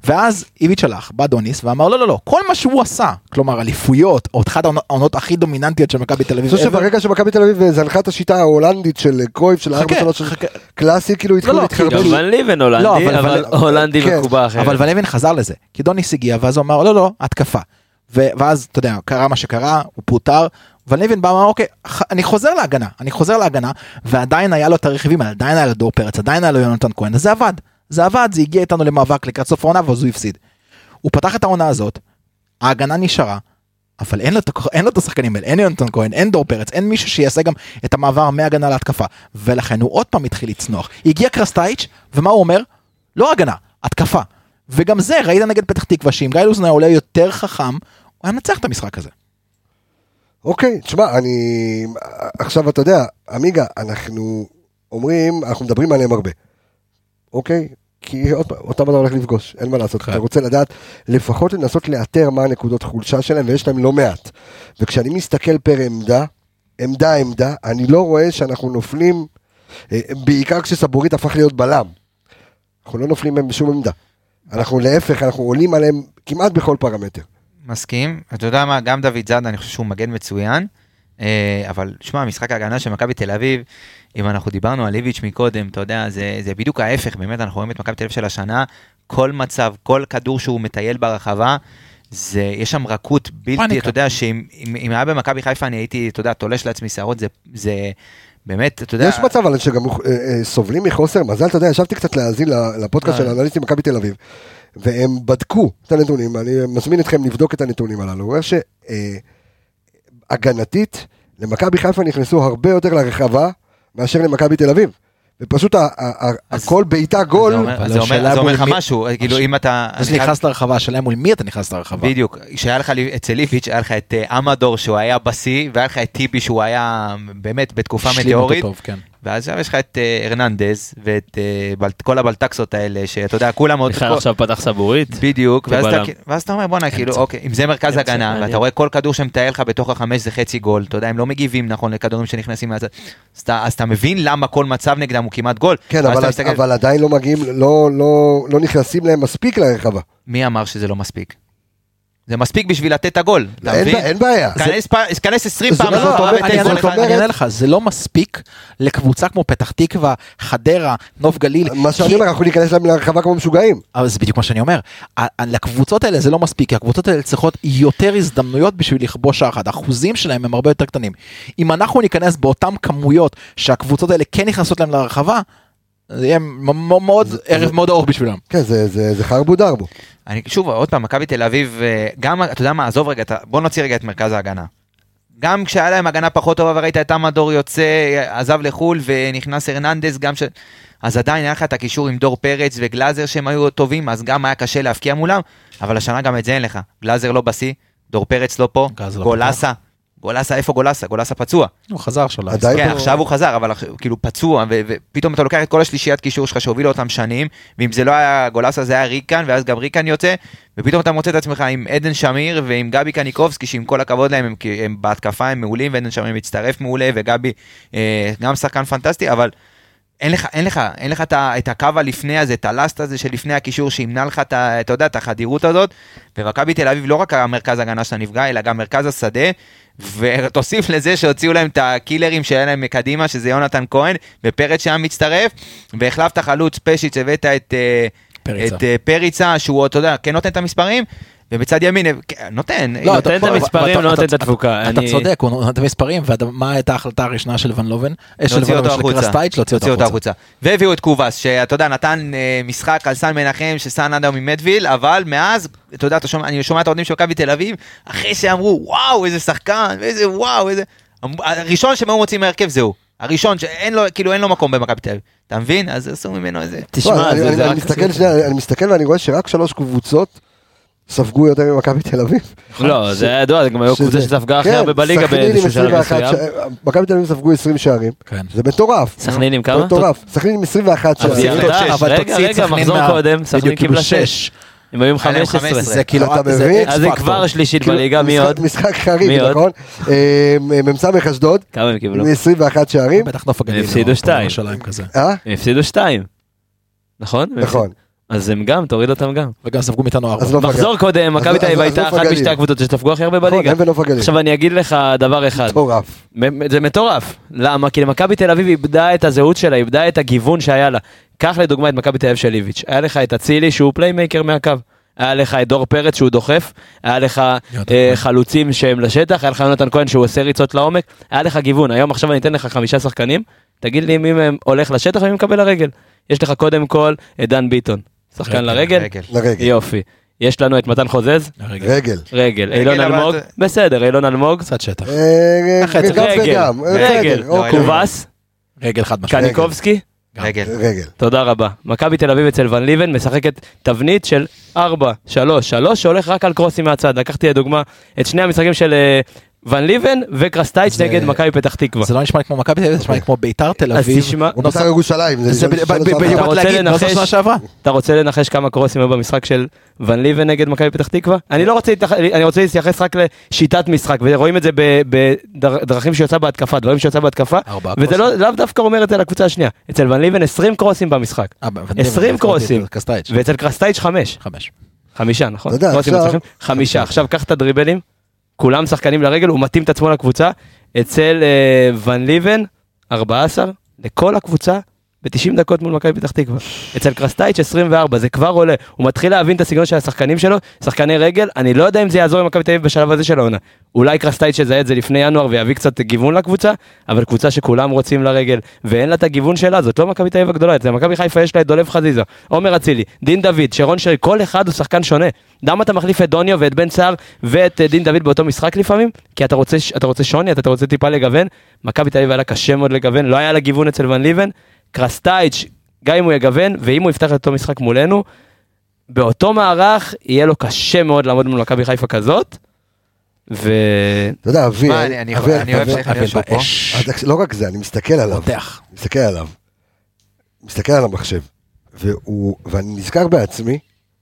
ואז איביץ' הלך, בא דוניס, ואמר, לא, לא, לא, כל מה שהוא עשה, כלומר, אליפויות, או אחת העונות הכי דומיננטיות של מכבי תל אביב. אני חושב שברגע שמכבי תל אביב זנחה את השיטה ההולנדית של קרויף, של ארבע שלוש קלאסי, כאילו התחילו להתחרבש. גם ון ליבן הולנדי, אבל הולנדי מקובה אחרת. אבל ון ליבן חזר לזה, כי דוניס הגיע, ואז הוא אמר, לא, לא, התקפה. ואז, אתה יודע, קרה מה שקרה, הוא פוטר, ון ליבן בא, אמר, אוקיי, אני חוזר להגנה, אני חוזר להגנה, ועדיין היה לו את הרכיבים, עדיין היה לו דור פרץ, עדיין היה לו יונתן כהן, אז זה עבד. זה עבד, זה הגיע איתנו למאבק לקראת סוף העונה, ואז הוא הפסיד. הוא פתח את העונה הזאת, ההגנה נשארה, אבל אין לו, אין לו את השחקנים האלה, אין יונתן כהן, אין דור פרץ, אין מישהו שיעשה גם את המעבר מהגנה להתקפה, ולכן הוא עוד פעם התחיל לצנוח. הגיע קרסטייץ', ומה הוא אומר? לא הגנה, התקפה. וגם זה, ראית נגד פתח תקווה, שאם גיא לוזון היה עולה יותר חכם, הוא היה מנצח את המשחק הזה. אוקיי, תשמע, אני... עכשיו אתה יודע, אמיגה, אנחנו אומרים, אנחנו מדברים עליהם הרבה. אוקיי? כי אותם אתה הולך לפגוש, אין מה לעשות. אתה רוצה לדעת, לפחות לנסות לאתר מה הנקודות חולשה שלהם, ויש להם לא מעט. וכשאני מסתכל פר עמדה, עמדה עמדה, אני לא רואה שאנחנו נופלים, בעיקר כשסבורית הפך להיות בלם. אנחנו לא נופלים מהם בשום עמדה. אנחנו להפך, אנחנו עולים עליהם כמעט בכל פרמטר. מסכים. אתה יודע מה, גם דוד זאדה, אני חושב שהוא מגן מצוין, אבל שמע, משחק ההגנה של מכבי תל אביב, אם אנחנו דיברנו על איביץ' מקודם, אתה יודע, זה, זה בדיוק ההפך, באמת אנחנו רואים את מכבי תל אביב של השנה, כל מצב, כל כדור שהוא מטייל ברחבה, זה, יש שם רכות בלתי, אתה יודע, שאם אם, אם היה במכבי חיפה, אני הייתי, אתה יודע, תולש לעצמי שערות, זה, זה באמת, אתה יודע... יש מצב, אבל שגם סובלים מחוסר מזל, אתה יודע, ישבתי קצת להאזין לפודקאסט של האנליסטים מכבי תל אביב, והם בדקו את הנתונים, אני מזמין אתכם לבדוק את הנתונים הללו, הוא אומר שהגנתית, למכבי חיפה נכנסו הרבה יותר לרחבה, מאשר למכבי תל אביב. ופשוט הכל בעיטה גול. זה אומר לך משהו, כאילו אם אתה... אז נכנס לרחבה, השאלה מול מי אתה נכנס לרחבה? בדיוק, שהיה לך אצל איביץ', היה לך את אמדור שהוא היה בסי, והיה לך את טיבי שהוא היה באמת בתקופה מטאורית, ואז יש לך את הרננדז, ואת כל הבלטקסות האלה, שאתה יודע, כולם עוד... בכלל עכשיו פתח סבורית. בדיוק, ואז אתה אומר, בוא'נה, כאילו, אוקיי, אם זה מרכז הגנה, ואתה רואה כל כדור שמטייל לך בתוך החמש זה חצי גול, אתה יודע, הם לא מגיבים נכון לכדורים שנכנסים מהצד, אז אתה מבין למה כל מצב נגדם הוא כמעט גול. כן, אבל עדיין לא מגיעים, לא נכנסים להם מספיק לרחבה. מי אמר שזה לא מספיק? זה מספיק בשביל לתת את הגול. אין בעיה. כנס עשרים פעם. אני אענה לך, זה לא מספיק לקבוצה כמו פתח תקווה, חדרה, נוף גליל. מה שאני אומר, אנחנו ניכנס להם לרחבה כמו משוגעים. אבל זה בדיוק מה שאני אומר. לקבוצות האלה זה לא מספיק, כי הקבוצות האלה צריכות יותר הזדמנויות בשביל לכבוש האחד. האחוזים שלהם הם הרבה יותר קטנים. אם אנחנו ניכנס באותם כמויות שהקבוצות האלה כן נכנסות להם לרחבה, זה יהיה מאוד, ערב מאוד ארוך בשבילם. כן, זה חרבו דרבו. אני, שוב, עוד פעם, מכבי תל אביב, גם, אתה יודע מה, עזוב רגע, בוא נוציא רגע את מרכז ההגנה. גם כשהיה להם הגנה פחות טובה, וראית את אמדור יוצא, עזב לחול, ונכנס הרננדס, גם ש... אז עדיין היה לך את הקישור עם דור פרץ וגלאזר שהם היו טובים, אז גם היה קשה להפקיע מולם, אבל השנה גם את זה אין לך. גלאזר לא בסי, דור פרץ לא פה, גולסה. גולסה, איפה גולסה? גולסה פצוע. הוא חזר שלו. כן, עכשיו הוא חזר, אבל כאילו פצוע, ופתאום אתה לוקח את כל השלישיית קישור שלך שהובילו אותם שנים, ואם זה לא היה גולסה, זה היה ריקן, ואז גם ריקן יוצא, ופתאום אתה מוצא את עצמך עם עדן שמיר, ועם גבי קניקובסקי, שעם כל הכבוד להם, הם בהתקפה, הם מעולים, ועדן שמיר מצטרף מעולה, וגבי גם שחקן פנטסטי, אבל אין לך, אין לך, אין לך את הקו הלפני הזה, את הלסט הזה שלפני הקישור, שימנע לך, אתה יודע, את החדירות הזאת, ומכבי תל אביב לא רק המרכז הגנה שאתה נפגע, אלא גם מרכז השדה, ותוסיף לזה שהוציאו להם את הקילרים שהיה להם מקדימה, שזה יונתן כהן, ופרץ שהיה מצטרף, והחלפת חלוץ פשיץ, הבאת את פריצה, את פריצה שהוא, אתה יודע, כן נותן את המספרים, ובצד ימין, נותן. לא, נותן את המספרים, לא נותן את התפוקה. אתה צודק, הוא נותן את המספרים, ומה הייתה ההחלטה הראשונה של ון לובן? להוציא אותו החוצה. להוציא אותו החוצה. והביאו את קובס, שאתה יודע, נתן משחק על סן מנחם, שסן אדם ממדוויל, אבל מאז, אתה יודע, אני שומע את העודנים של מכבי תל אביב, אחרי שאמרו, וואו, איזה שחקן, איזה וואו, איזה... הראשון שהם מוצאים מהרכב זהו. הראשון שאין לו, כאילו אין לו מקום במכבי תל אביב. אתה מבין? אז עשו ממנו איזה... תשמע, אני מסתכל ואני רואה שרק שלוש קבוצות ספגו יותר ממכבי תל אביב. לא, זה היה ידוע, זה גם היו קבוצה שספגה הכי הרבה בליגה באיזשהו שלב מסוים. מכבי תל אביב ספגו עשרים שערים, זה מטורף. סכנין עם כמה? מטורף, סכנין עם עשרים ואחת שערים. רגע, רגע, מחזור קודם, סכנין קיבלה שש. הם היו עם חמש עשרה. זה כאילו, אתה מבין? אז זה כבר שלישית בליגה, מי עוד? משחק חריג, נכון? ממצא מחשדוד. כמה הם קיבלו? עשרים ואחת שערים. בטח נוף הגליל. הפסידו שתיים. הם הפסידו שתיים. נכון? נכון. אז הם גם, תוריד אותם גם. וגם ספגו מאיתנו ארבע. אז נוף הגליל. מחזור קודם, מכבי תל אביב אז- אז הייתה נוף אחת הגליל. משתי הקבוצות שספגו הכי הרבה נכון, בליגה. הם ונוף הגליל. עכשיו אני אגיד לך דבר אחד. מטורף. מ- זה מטורף. למה? כי למכבי תל אביב איבדה את הזהות שלה, איבדה את הגיוון שהיה לה. קח לדוגמה את מכבי תל אביב של איביץ'. היה לך את אצילי שהוא פליימייקר מהקו. היה לך את דור פרץ שהוא דוחף. היה לך אה, חלוצים שהם לשטח. היה לך יונתן כהן שהוא עושה ריצות לעומק. היה לך גיוון. היום עכשיו אני אתן לך חמישה שחקנים. תגיד לי מי מהם הולך לשטח ומי מקבל לרגל. יש לך קודם כל את דן ביטון. שחקן לרגל. רגל. לרגל. יופי. יש לנו את מתן חוזז. רגל. רגל. אילון אבל אלמוג. זה- בסדר, אילון אלמוג. קצת שטח. אה, חצי. גם רגל. וגם. רגל. בסדר, אוקיי. קובס. רגל חד משמעית. קניקובסקי. רגל. רגל. תודה רבה. מכבי תל אביב אצל ון ליבן משחקת תבנית של ארבע שלוש שלוש שהולך רק על קרוסים מהצד. לקחתי לדוגמה את שני המשחקים של אה, ון ליבן וקרסטייץ' זה- נגד מכבי פתח תקווה. זה לא נשמע לי כמו מכבי תל אביב, זה נשמע לי כמו ביתר תל אז אביב. תשמע, הוא בית"ר ירושלים. זה זה שנה- ב- שנה ב- שעברה. בדיוק אתה באתי רוצה להגיד, לא זו לנחש? שנה שעברה. אתה רוצה לנחש כמה קרוסים היו במשחק של ון ליבן נגד מכבי פתח תקווה? אני לא רוצה, להתייח- אני רוצה להתייחס רק לשיטת משחק, ורואים את זה בדרכים שיוצא בהתקפה, דברים שיוצא בהתקפה, ארבעה וזה קרוסים. לא לאו דווקא אומר את זה לקבוצה השנייה. אצל ון ליבן עשרים קרוסים במשחק, אה, ון ליבן, עשרים הזכרתי קרוסים. את קסטייץ'. ואצל קרסטייץ' חמש. חמש. חמישה, נכון? אתה יודע, קרוסים עכשיו- מוצלחים. חמישה. עכשיו קח את הדריבלים, כולם שחקנים לרגל, הוא מתאים את עצמו לקבוצה. אצל אה, ון ליבן, ארבע עשרה, לכל הקבוצה, ב-תשעים דקות מול מכבי פתח תקווה. אצל קרסטייץ' עשרים וארבע, זה כבר עולה. הוא מתחיל להבין את הסגנון של השחקנים שלו, שחקני רגל, אני לא יודע אם זה יעזור עם מכבי תל אביב בשלב הזה של העונה. אולי קרסטייץ' יזהה את זה לפני ינואר ויביא קצת גיוון לקבוצה, אבל קבוצה שכולם רוצים לרגל, ואין לה את הגיוון שלה, זאת לא מכבי תל אביב הגדולה, אצל מכבי חיפה יש לה את דולב חזיזה, עומר אצילי, דין דוד, שרון שרי, כל אחד הוא שחקן שונה. למה אתה מחליף את דוניו ואת בן סער ואת אה, דין דוד באותו משחק לפעמים? כי אתה רוצה, אתה רוצה שוני, אתה רוצה טיפה לגוון. מכבי תל אביב היה לה קשה מאוד לגוון, לא היה לה גיוון אצל ון ליבן. קרסטייץ', גם אם הוא יגוון, ואם הוא יפתח את אותו משחק מולנו, באותו מערך יהיה לו קשה מאוד לעמוד מול מכבי חיפה כזאת. ו... אתה יודע, אבי, שמע, אני- אני אבי- אני אוהב אבי- שאני שהוא פה. באש. אז לא רק זה, אני מסתכל עליו. פותח. מסתכל עליו. מסתכל על המחשב. והוא, ואני נזכר בעצמי,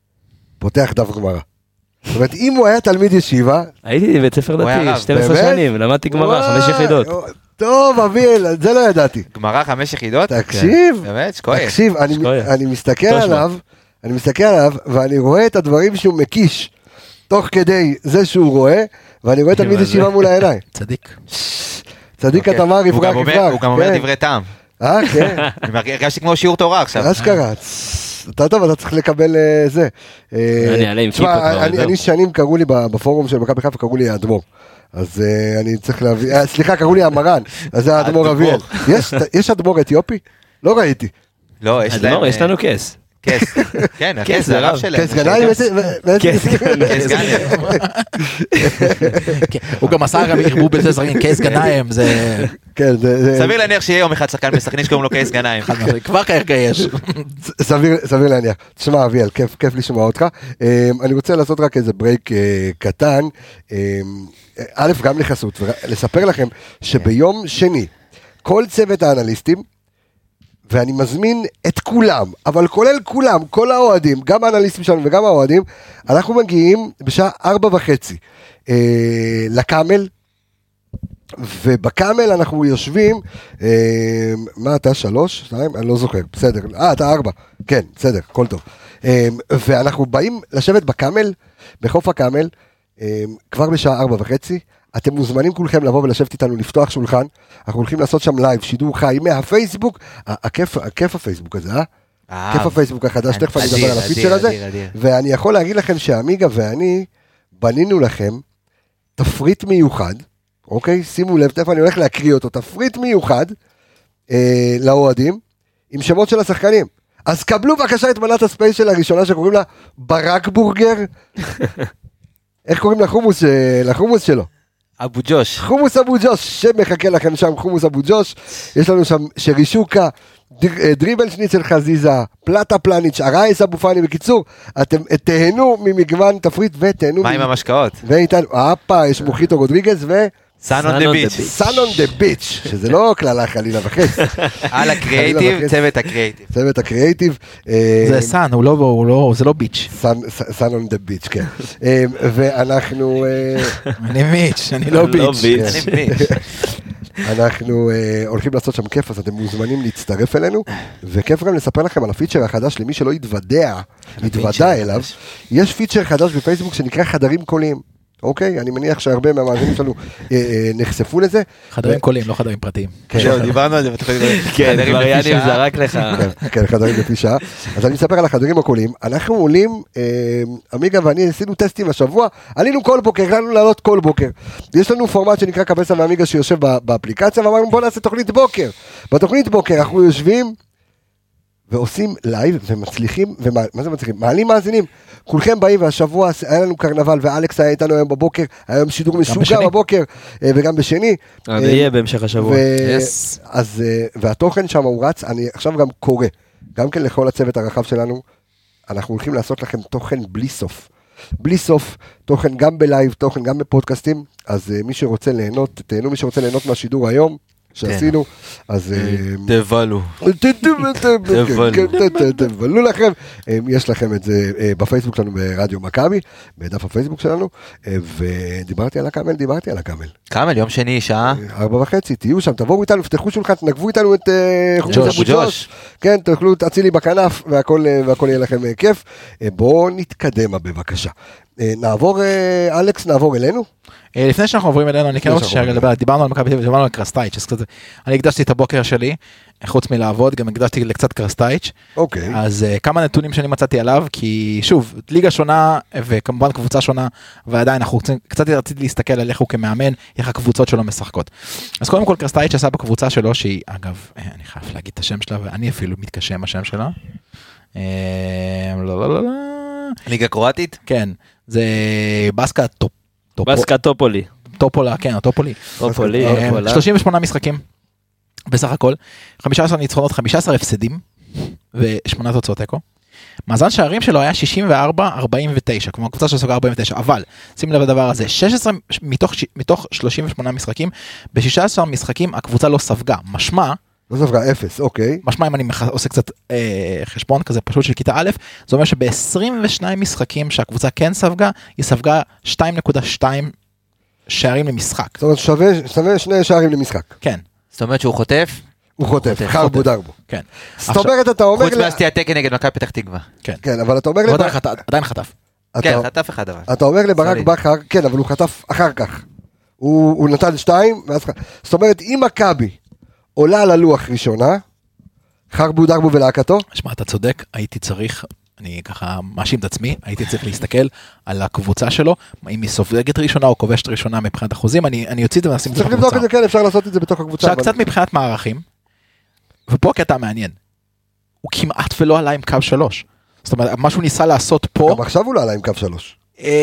פותח דף גמרא. זאת אומרת, אם הוא היה תלמיד ישיבה, הייתי בבית ספר הוא היה דתי, רב, שתים עשרה באמת? שנים, למדתי גמרא, וואי, חמש יחידות. טוב, אביאל, את זה לא ידעתי. גמרא חמש יחידות? תקשיב, באמת, שקוי. תקשיב, אני- שקויה. אני מסתכל תושבע. עליו, אני מסתכל עליו, ואני רואה את הדברים שהוא מקיש, תוך כדי זה שהוא רואה, ואני רואה תלמיד מה זה? ישיבה מול העיניים. צדיק. צדיק אוקיי. התמר הוא יפרח גם אומר- יפרח. הוא גם אומר כן. דברי טעם. אה, כן. אני מרגיש- הרגשתי כמו שיעור תורה עכשיו. אשכרה. אתה טוב, אתה צריך לקבל אה, זה. אה, אני אעלה עם תשמע, כיפה כבר, אני- וזהו. אני שנים קראו לי ב- בפורום של מכבי חיפה, קראו לי האדמו"ר. אז אה, אני צריך להביא, אה, סליחה, קראו לי המרן, אז זה האדמו"ר האדמו"ר. אביאל. יש- יש אדמו"ר אתיופי? לא ראיתי. לא, יש אז להם... לא, יש לנו כס. כס. כן, הכס זה זה הרב רב. שלהם. כס גנאים? כס- כס כס גנאים. כן, הוא גם עשה גם ערבוב בין זה זרים, קייס גנאים, זה... כן, זה... זה- סביר להניח שיהיה יום אחד שחקן בסכנין שקוראים לו קייס גנאים. חד משמעית, כבר כרגע יש. סביר, סביר להניח. תשמע, אביאל, כיף, כיף לשמוע אותך. אה, אני רוצה לעשות רק איזה ברייק אה, קטן. אה, א', גם לחסות, ולספר לכם שביום שני, כל צוות האנליסטים, ואני מזמין את כולם, אבל כולל כולם, כל האוהדים, גם האנליסטים שלנו וגם האוהדים, אנחנו מגיעים בשעה ארבע וחצי אה, לקאמל, ובקאמל אנחנו יושבים, אה, מה אתה, שלוש? שתיים? אני לא זוכר, בסדר, אה, אתה ארבע, כן, בסדר, כל טוב. אה, ואנחנו באים לשבת בקאמל, בחוף הקאמל, אה, כבר בשעה ארבע וחצי, אתם מוזמנים כולכם לבוא ולשבת איתנו, לפתוח שולחן, אנחנו הולכים לעשות שם לייב, שידור חי מהפייסבוק, הכיף, הכיף הפייסבוק הזה, אה? אה, כיף הפייסבוק החדש, תכף אני אדיר, אדבר על אדיר, הפיצ'ר הזה, אדיר, אדיר. ואני יכול להגיד לכם שעמיגה ואני בנינו לכם תפריט מיוחד, אוקיי? שימו לב, תכף אני הולך להקריא אותו, תפריט מיוחד אה, לאוהדים, עם שמות של השחקנים. אז קבלו בבקשה את מנת הספיישל הראשונה שקוראים לה ברק בורגר. איך קוראים לחומוס, אה, לחומוס שלו? אבו ג'וש. חומוס אבו ג'וש, שמחכה לכם שם, חומוס אבו ג'וש, יש לנו שם שרישוקה, דר- דריבל שניצל חזיזה, פלטה פלניץ', הרייס אבו פאני, בקיצור, אתם תהנו ממגוון תפריט ותהנו, מה עם המשקאות? ואיתנו, הפה, יש מוחיטו רודריגז ו... סאן און Sun דה on the ביץ'. beach. סאן און דה ביץ', שזה לא כללה חלילה וחס, על הקריאיטיב, וחצי. צוות הקריאיטיב. צוות הקריאיטיב, זה סאן, הוא לא, הוא לא, זה לא ביץ'. סאן און דה ביץ', כן, אה, ואנחנו, אה, אני מיץ', אני לא לא ביץ'. ביץ'. אני מבין. אנחנו uh, הולכים לעשות שם כיף, אז אתם מוזמנים להצטרף אלינו, וכיף גם לספר לכם על הפיצ'ר החדש, למי שלא יתוודע, יתוודע אליו, יש פיצ'ר חדש בפייסבוק שנקרא חדרים קוליים, אוקיי? אני מניח שהרבה מהמאזינים שלנו uh, uh, נחשפו לזה. חדרים קוליים, לא חדרים פרטיים. דיברנו על זה, כן, כבר יאניב זרק לך. כן, חדרים לפי שעה. אז אני מספר על החדרים הקוליים, אנחנו עולים, עמיגה ואני עשינו טסטים השבוע, עלינו כל בוקר, הגענו לעלות כל בוקר. יש לנו פורמט שנקרא קבסה ועמיגה שיושב באפליקציה, ואמרנו בוא נעשה תוכנית בוקר. בתוכנית בוקר אנחנו יושבים, ועושים לייב ומצליחים, ומה זה מצליחים? מעלים מאזינים, כולכם באים והשבוע היה לנו קרנבל ואלכס היה איתנו היום בבוקר, היה היום שידור משוגע בבוקר וגם בשני. אני אהיה בהמשך השבוע. אז, והתוכן שם הוא רץ, אני עכשיו גם קורא, גם כן לכל הצוות הרחב שלנו, אנחנו הולכים לעשות לכם תוכן בלי סוף. בלי סוף, תוכן גם בלייב, תוכן גם בפודקאסטים, אז מי שרוצה ליהנות, תהנו מי שרוצה ליהנות מהשידור היום, שעשינו, אז תבלו, תבלו לכם, יש לכם את זה בפייסבוק שלנו ברדיו מכבי, בדף הפייסבוק שלנו, ודיברתי על הקאמל, דיברתי על הקאמל. קאמל, יום שני, שעה? ארבע וחצי, תהיו שם, תבואו איתנו, פתחו שולחן, תנגבו איתנו את ג'וש, כן, תאכלו, תצילי בכנף, והכל יהיה לכם כיף. בואו נתקדם בבקשה. נעבור, אלכס, נעבור אלינו. לפני שאנחנו עוברים אלינו, אני כן רוצה שרגע, דיברנו על מכבי תל אביב, דיברנו על קרסטייץ', אני הקדשתי את הבוקר שלי, חוץ מלעבוד, גם הקדשתי לקצת קרסטייץ'. אוקיי. אז כמה נתונים שאני מצאתי עליו, כי שוב, ליגה שונה, וכמובן קבוצה שונה, ועדיין אנחנו קצת רציתי להסתכל על איך הוא כמאמן, איך הקבוצות שלו משחקות. אז קודם כל קרסטייץ' עשה בקבוצה שלו, שהיא, אגב, אני חייב להגיד את השם שלה, ואני אפילו מתקשה עם השם שלה. ליגה קרואטית? כן, זה בסקה טופ. בסקה טופולי. טופולה, כן, טופולי. טופולי, טופולה. שלושים ושמונה משחקים, בסך הכל, חמישה עשר ניצחונות, חמישה עשר הפסדים, ושמונה תוצאות תיקו. מאזן שערים שלו היה שישים וארבע ארבעים ותשע, כלומר קבוצה שסוגה ארבעים ותשע, אבל, שים לב לדבר הזה, שש עשרה מתוך, מתוך שלושים ושמונה משחקים, ב-שישה עשר משחקים הקבוצה לא ספגה, משמע, לא ספגה, אפס, אוקיי. משמע אם אני עושה קצת אה, חשבון כזה פשוט של כיתה א', זה אומר שב-עשרים ושניים משחקים שהקבוצה כן ספגה, היא ספגה שתיים נקודה שתיים שערים למשחק. זאת אומרת שווה, שווה שני שערים למשחק. כן. זאת אומרת שהוא חוטף? הוא חוטף, חרבו דרבו. כן. זאת אומרת אתה אומר... חוץ מהסטיית תקן נגד מכבי פתח תקווה. כן. כן, אבל אתה אומר... עדיין חטף. כן, חטף אחד אבל. אתה אומר לברק בכר, כן, אבל הוא חטף אחר כך. הוא נתן שתיים, זאת אומרת, אם מכבי עולה על הלוח ראשונה, חרבו דרבו ולהקתו? שמע, אתה צודק, הייתי צריך, אני ככה מאשים את עצמי, הייתי צריך להסתכל על הקבוצה שלו, אם היא סופגת ראשונה או כובשת ראשונה מבחינת אחוזים, אני, אני יוציא את זה ונשים את זה בקבוצה. צריך לבדוק את זה, כן, אפשר לעשות את זה בתוך הקבוצה. עכשיו, קצת מבחינת מערכים, ופה קטע מעניין, הוא כמעט ולא עלה עם קו שלוש. זאת אומרת, מה שהוא ניסה לעשות פה... גם עכשיו הוא לא עלה עם קו שלוש.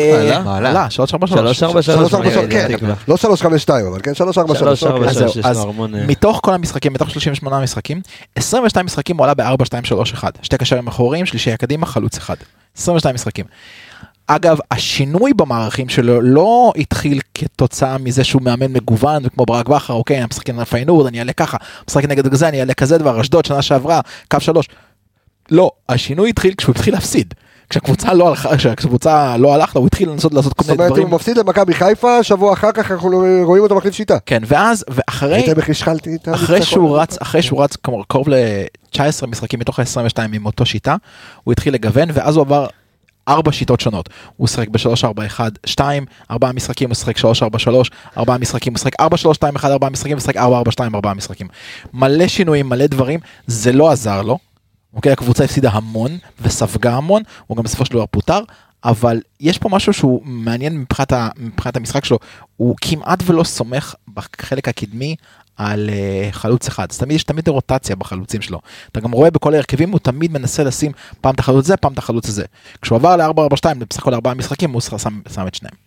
עלה, שלוש ארבע שלוש. שלוש ארבע שלוש, כן, לא שלוש חמש שתיים, אבל כן, שלוש ארבע שלוש. אז מתוך כל המשחקים, מתוך שלושים ושמונה משחקים, עשרים ושניים משחקים הוא עלה ב-ארבע שתיים שלוש אחת. שתי קשרים אחוריים, שלישי הקדימה, חלוץ אחד. עשרים ושניים משחקים. אגב, השינוי במערכים שלו לא התחיל כתוצאה מזה שהוא מאמן מגוון, כמו ברק בכר, אוקיי, אני משחק נגד פיינורד, אני אעלה ככה, משחק נגד זה, אני אעלה כזה דבר, אשדוד, שנה שעברה, קו שלוש. לא, השינוי התחיל כשהוא התחיל להפסיד. כשהקבוצה לא הלכה, כשהקבוצה לא הלכה, הוא התחיל לנסות לעשות כל מיני דברים. זאת אומרת, הוא מפסיד למכבי חיפה, שבוע אחר כך אנחנו רואים אותו מחליף שיטה. כן, ואז, ואחרי, אחרי שהוא רץ, אחרי שהוא רץ, כמו קרוב ל-תשע עשרה משחקים מתוך ה-עשרים ושתיים עם אותו שיטה, הוא התחיל לגוון, ואז הוא עבר ארבע שיטות שונות. הוא שחק ב-שלוש ארבע אחת שתיים, ארבעה משחקים הוא שחק שלוש ארבע שלוש, ארבעה משחקים הוא שחק ארבע שלוש שתיים אחת, ארבעה משחקים הוא שחק ארבע ארבע שתיים, ארבעה משחקים. מלא שינויים, מלא דברים, זה לא עזר לו. אוקיי, הקבוצה הפסידה המון וספגה המון, הוא גם בסופו של דבר פוטר, אבל יש פה משהו שהוא מעניין מבחינת, מבחינת המשחק שלו, הוא כמעט ולא סומך בחלק הקדמי על uh, חלוץ אחד, אז תמיד יש תמיד רוטציה בחלוצים שלו, אתה גם רואה בכל ההרכבים, הוא תמיד מנסה לשים פעם את החלוץ הזה, פעם את החלוץ הזה, כשהוא עבר ל-ארבע ארבע שתיים, בסך הכל ארבעה משחקים, הוא שם, שם את שניהם.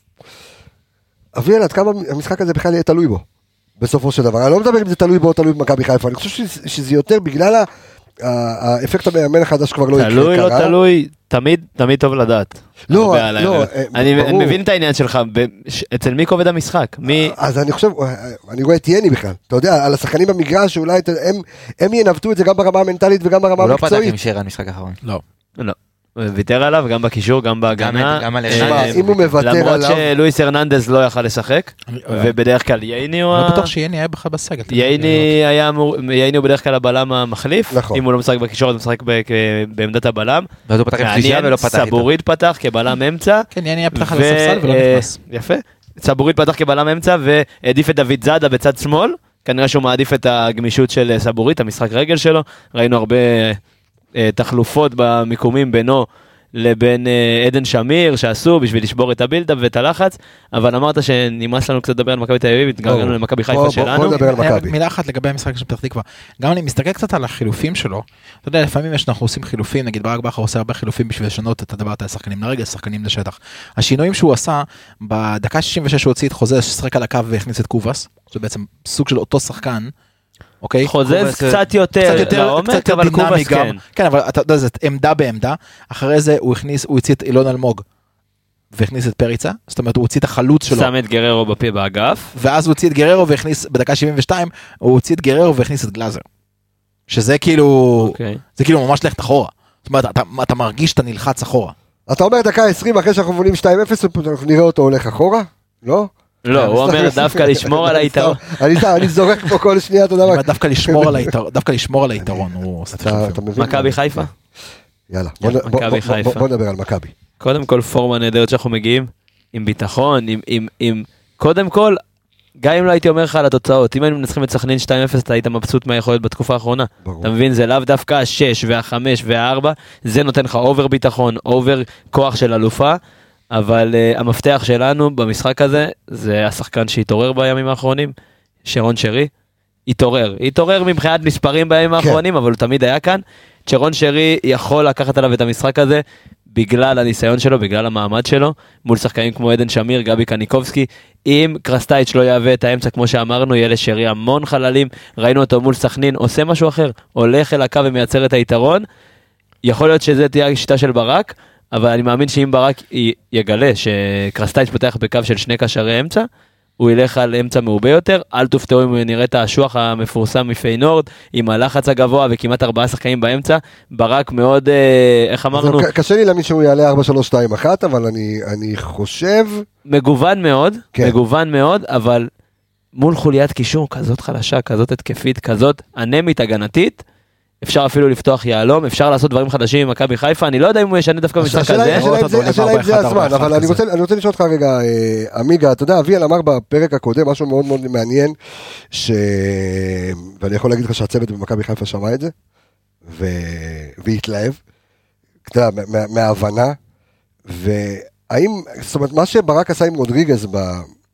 אביאל, עד כמה המשחק הזה בכלל יהיה תלוי בו, בסופו של דבר, אני לא מדבר אם זה תלוי בו או תלוי במכבי חיפה, אני חושב שזה יותר בגלל ה... האפקט המאמן החדש כבר לא יקרה. תלוי, לא תלוי, תמיד, תמיד טוב לדעת. לא, לא. אני מבין את העניין שלך, אצל מי כובד המשחק? אז אני חושב, אני רואה את יני בכלל, אתה יודע, על השחקנים במגרש, שאולי הם ינווטו את זה גם ברמה המנטלית וגם ברמה המקצועית. הוא לא פתח עם שרן משחק האחרון. לא. לא. ויתר עליו, גם בקישור, גם בהגנה. גם על שמע, אה, אם הוא מוותר עליו... למרות שלואיס הרננדז לא יכל לשחק, ובדרך כלל ייני הוא... אני לא בטוח שייני היה בכלל בסגל. ייני היה אמור, ייני הוא בדרך כלל הבלם המחליף, נכון. אם הוא לא משחק בקישור, הוא משחק ב- בעמדת הבלם. ואז הוא פתח עם שלישייה ולא פתח איתו. סבורית פתח כבלם אמצע. כן, ייני היה פתח על ו- הספסל ולא אה, נכנס. יפה. סבורית פתח כבלם אמצע והעדיף את דוד זאדה בצד שמאל. כנראה שהוא מעדיף את הגמישות של סבורית, המשחק רגל שלו. ראינו הרבה אה, תחלופות במיקומים בינו לבין אה, עדן שמיר שעשו בשביל לשבור את הבילדאפ ואת הלחץ, אבל אמרת שנמאס לנו קצת לדבר על מכבי תל אביב, התגעגענו למכבי חיפה שלנו. בוא נדבר על מכבי. מילה אחת לגבי המשחק של פתח תקווה. גם אני מסתכל קצת על החילופים שלו. אתה יודע, לפעמים יש, אנחנו עושים חילופים, נגיד ברק בכר עושה הרבה חילופים בשביל לשנות את הדבר, את השחקנים לרגל, שחקנים לשטח. השינויים שהוא עשה, בדקה שישים ושש הוא הוציא את חוזה, ששחק על הקו והכניס את קובס, זה בעצם סוג של אותו שחקן. אוקיי? חוזז קצת יותר לעומק, אבל קובס כן. כן, אבל אתה יודע, זה עמדה בעמדה. אחרי זה הוא הכניס, הוא הוציא את אילון אלמוג, והכניס את פריצה, זאת אומרת, הוא הוציא את החלוץ שלו. שם את גררו בפי באגף. ואז הוא הוציא את גררו והכניס, בדקה שבעים ושתיים, הוא הוציא את גררו והכניס את גלאזר. שזה כאילו, זה כאילו ממש לכת אחורה. זאת אומרת, אתה, אתה מרגיש שאתה נלחץ אחורה. אתה אומר דקה עשרים, אחרי שאנחנו מובילים שתיים אפס, אנחנו נראה אותו הולך אחורה? לא? לא, הוא אומר דווקא לשמור על היתרון. אני זורק פה כל שנייה, אתה יודע מה? דווקא לשמור על היתרון, דווקא לשמור על היתרון. מכבי חיפה? יאללה, בוא נדבר על מכבי. קודם כל פורמה נהדרת שאנחנו מגיעים, עם ביטחון, עם... קודם כל, גם אם לא הייתי אומר לך על התוצאות, אם היינו מנצחים את סכנין שתיים אפס, אתה היית מבסוט מהיכולת בתקופה האחרונה. אתה מבין, זה לאו דווקא ה-שש וה-חמש וה-ארבע, זה נותן לך אובר ביטחון, אובר כוח של אלופה, אבל uh, המפתח שלנו במשחק הזה, זה השחקן שהתעורר בימים האחרונים, שרון שרי, התעורר. התעורר מבחינת מספרים בימים האחרונים, אבל הוא תמיד היה כאן. שרון שרי יכול לקחת עליו את המשחק הזה, בגלל הניסיון שלו, בגלל המעמד שלו, מול שחקנים כמו עדן שמיר, גבי קניקובסקי. אם קרסטייץ' לא יהווה את האמצע, כמו שאמרנו, יהיה לשרי המון חללים, ראינו אותו מול סכנין, עושה משהו אחר, הולך אל הקו ומייצר את היתרון. יכול להיות שזה תהיה השיטה של ברק, אבל אני מאמין שאם ברק יגלה שקרסטייץ' פותח בקו של שני קשרי אמצע, הוא ילך על אמצע מעובה יותר. אל תופתעו אם נראה את השוח המפורסם מפיינורד, עם הלחץ הגבוה וכמעט ארבעה שחקנים באמצע. ברק מאוד, איך אמרנו? קשה לי להאמין שהוא יעלה ארבע שלוש שתיים אחת, אבל אני, אני חושב... מגוון מאוד, כן. מגוון מאוד, אבל מול חוליית קישור כזאת חלשה, כזאת התקפית, כזאת אנמית הגנתית, אפשר אפילו לפתוח יעלום, אפשר לעשות דברים חדשים עם מכבי חיפה, אני לא יודע אם הוא ישנה דווקא במשחק הזה. השאלה אם זה הזמן, אבל אני רוצה, אני רוצה לשאול אותך רגע, עמיגה, אתה יודע, אביאל אמר בפרק הקודם, משהו מאוד מאוד מעניין, ש... ואני יכול להגיד לך שהצוות במכבי חיפה שמע את זה, ו... והתלהב, אתה יודע, מה... מההבנה, והאם, זאת אומרת, מה שברק עשה עם רודריגז ב...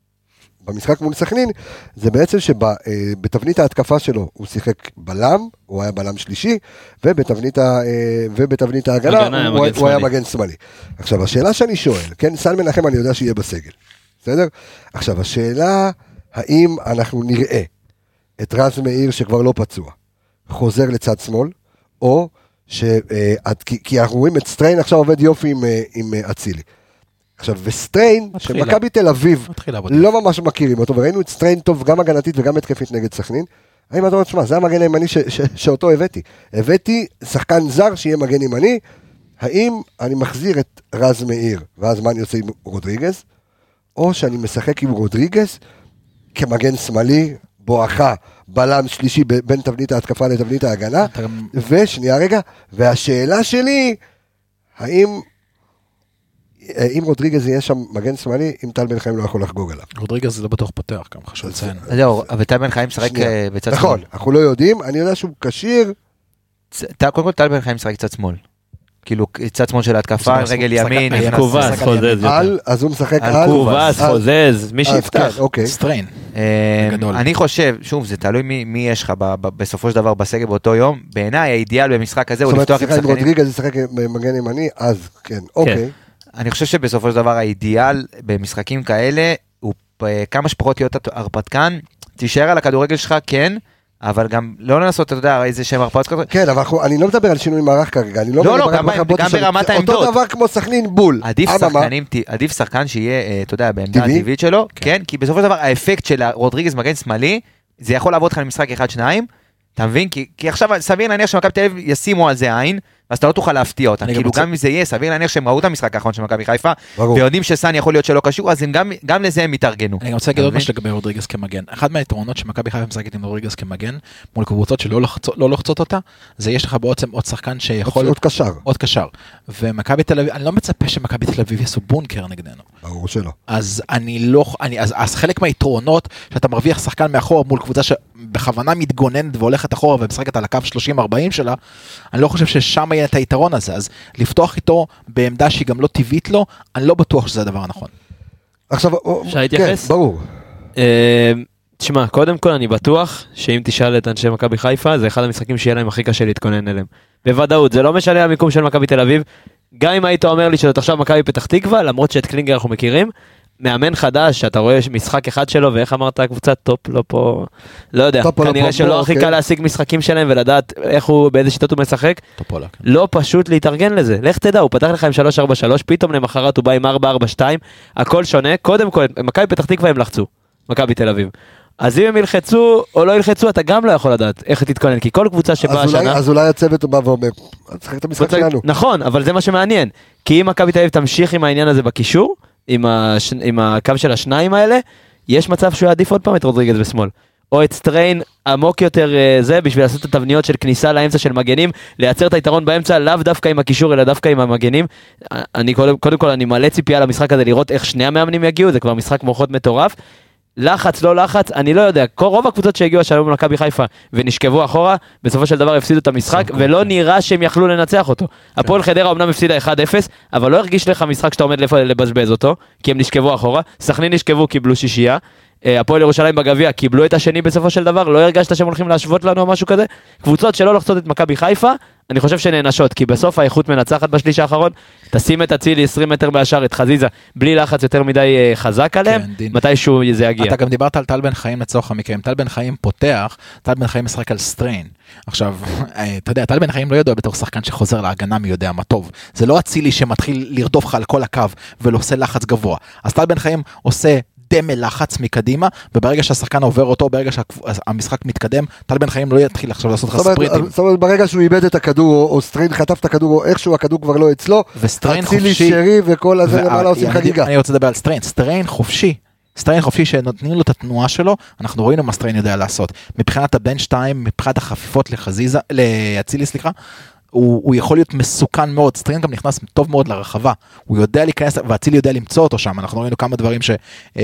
במשחק מול סכנין, זה בעצם שבתבנית ההתקפה שלו הוא שיחק בלם, הוא היה בלם שלישי, ובתבנית, ה, ובתבנית ההגנה הוא, הוא היה מגן שמאלי. עכשיו, השאלה שאני שואל, כן, סל מנחם אני יודע שיהיה בסגל, בסדר? עכשיו, השאלה, האם אנחנו נראה את רז מאיר שכבר לא פצוע, חוזר לצד שמאל, או ש... כי, כי אנחנו רואים את סטריין עכשיו עובד יופי עם, עם אצילי. עכשיו, וסטריין, שמכבי תל אביב לא ממש מכירים אותו, וראינו את סטריין טוב גם הגנתית וגם התקפית נגד סכנין, האם אתה אומר, תשמע, זה המגן הימני ש- ש- שאותו הבאתי. הבאתי שחקן זר שיהיה מגן ימני, האם אני מחזיר את רז מאיר, ואז מה אני עושה עם רודריגז, או שאני משחק עם רודריגז כמגן שמאלי, בואכה, בלם שלישי בין תבנית ההתקפה לתבנית ההגנה, ושנייה רגע, והשאלה שלי, האם... אם רודריגז יהיה שם מגן שמאלי, אם טל בן חיים לא יכול לחגוג עליו. רודריגז זה לא בטוח פותח, גם חשוב לציין. זהו, אבל טל בן חיים משחק בצד שמאל. נכון, אנחנו לא יודעים, אני יודע שהוא קשיר. קודם כל טל בן חיים משחק בצד שמאל. כאילו, צד שמאל של ההתקפה, רגל ימין. קובס, חוזז. אז הוא משחק על קובס, חוזז, מי שיפתח. סטריין. אני חושב, שוב, זה תלוי מי יש לך בסופו של דבר בסגל באותו יום. בעיניי, האידיאל במשחק הזה הוא לפתוח עם שחקנים. אם רודריגז ישחק מגן ימני, אז כן, אוקיי. אני חושב שבסופו של דבר האידיאל במשחקים כאלה הוא כמה שפחות להיות הרפתקן, תישאר על הכדורגל שלך, כן, אבל גם לא לנסות, אתה יודע, איזה שם הרפתקות כזה. כן, אבל אני לא מדבר על שינוי מערך כרגע, אני לא לא, לא, גם ברמת העמדות. אותו דבר כמו סכנין בול. עדיף שחקן שיהיה, אתה יודע, בעמדה הטבעית שלו, כן, כי בסופו של דבר האפקט של רודריגז מגן שמאלי, זה יכול לעבוד לך למשחק אחד שניים, אתה מבין? כי, כי עכשיו סביר להניח שמכבי תל אביב ישימו על זה עין, אז אתה לא תוכל להפתיע אותם. כאילו גם אם זה יהיה, סביר להניח שהם ראו את המשחק האחרון של מכבי חיפה, ויודעים שסני יכול להיות שלא קשור, אז גם, גם לזה הם יתארגנו. אני רוצה להגיד עוד משהו לגבי רודריגז כמגן. אחד מהיתרונות שמכבי חיפה משחקת עם רודריגז כמגן, מול קבוצות שלא לוחצות, לא לוחצות אותה, זה יש לך בעצם עוד שחקן שיכול... עוד קשר. עוד קשר. ומכבי תל אביב, אני לא מצפה שמכבי תל אביב יעשו בונקר נגדנו. ברור שלא. אז אני לא... אני, אז, אז חלק מהיתרונות שאתה מרוויח שחקן מאחורה מול קבוצה שבכוונה מתגוננת והולכת אחורה ומשחקת על הקו שלושים ארבעים שלה, אני לא חושב ששם יהיה את היתרון הזה. אז לפתוח איתו בעמדה שהיא גם לא טבעית לו, אני לא בטוח שזה הדבר הנכון. עכשיו, אפשר להתייחס? כן, ברור. תשמע, קודם כל אני בטוח שאם תשאל את אנשי מכבי חיפה, זה אחד המשחקים שיהיה להם הכי קשה להתכונן אליהם. בוודאות, זה לא משנה המיקום של מכבי תל אביב, גם אם היית אומר לי שזאת עכשיו מכבי פתח תקווה, למרות שאת קלינגר אנחנו מכירים, מאמן חדש, שאתה רואה משחק אחד שלו, ואיך אמרת, קבוצת טופ, לא פה, לא יודע, כנראה שלא הכי קל להשיג משחקים שלהם, ולדעת איך הוא, באיזה שיטות הוא משחק, לא פשוט להתארגן לזה, לך תדע, הוא פתח לך עם שלוש ארבע שלוש, פתאום למחרת הוא בא עם ארבע ארבע שתיים, הכל שונה, קודם כל, מכבי פתח תקווה הם לחצו, מכבי תל אביב. אז אם הם ילחצו או לא ילחצו, אתה גם לא יכול לדעת איך תתכונן, כי כל קבוצה שבאה השנה... אז אולי הצוות הוא בא ואומר, תשחק את המשחק שלנו. נכון, אבל זה מה שמעניין, כי אם מכבי תל אביב תמשיך עם העניין הזה בקישור, עם, הש... עם הקו של השניים האלה, יש מצב שהוא יעדיף עוד פעם את רודריגז בשמאל. או את סטריין עמוק יותר זה, בשביל לעשות את התבניות של כניסה לאמצע של מגנים, לייצר את היתרון באמצע, לאו דווקא עם הקישור, אלא דווקא עם המגנים. אני קודם, קודם כל, אני מלא ציפייה למשחק הזה, לראות איך שני המאמנים יגיעו, זה כבר משחק מוחות מטורף. לחץ, לא לחץ, אני לא יודע, כל רוב הקבוצות שהגיעו השלום למכבי חיפה ונשכבו אחורה, בסופו של דבר הפסידו את המשחק, ולא נראה שהם יכלו לנצח אותו. הפועל חדרה אמנם הפסידה אחד אפס, אבל לא הרגיש לך משחק שאתה עומד לבזבז אותו, כי הם נשכבו אחורה, סכנין נשכבו, קיבלו שישייה, הפועל ירושלים בגביע קיבלו את השני בסופו של דבר, לא הרגשת שהם הולכים להשוות לנו או משהו כזה. קבוצות שלא לחצות את מכבי חיפה, אני חושב שנענשות, כי בסוף האיכות מנצחת בשליש האחרון, תשים את הצילי עשרים מטר מהשאר, את חזיזה, בלי לחץ יותר מדי חזק עליהם, מתישהו זה יגיע. אתה גם דיברת על טל בן חיים לצורך המקרה, אם טל בן חיים פותח, טל בן חיים משחק על סטריין. עכשיו, אתה יודע, טל בן חיים לא ידוע בתור שחקן שחוזר להגנה מי יודע מה טוב. זה לא הצילי שמתחיל לרדוף לך על כל הקו, ולא עושה לחץ גבוה. אז טל בן חיים עושה דמל לחץ מקדימה, וברגע שהשחקן עובר אותו, ברגע שהמשחק מתקדם, טל בן חיים לא יתחיל עכשיו לעשות לך ספריטים. זאת אומרת, ברגע שהוא איבד את הכדור, או סטריין חטף את הכדור, או איכשהו הכדור כבר לא אצלו, הצילי שרי וכל הזה, למה לא עושים חגיגה. אני רוצה לדבר על סטריין, סטריין חופשי, סטריין חופשי שנותנים לו את התנועה שלו, אנחנו רואים מה סטריין יודע לעשות. מבחינת הבן שתיים, מבחינת החפיפות לחזיזה, להצילי, סליחה, הוא, הוא יכול להיות מסוכן מאוד, סטריין גם נכנס טוב מאוד לרחבה, הוא יודע להיכנס, והצילי יודע למצוא אותו שם, אנחנו ראינו כמה דברים שאת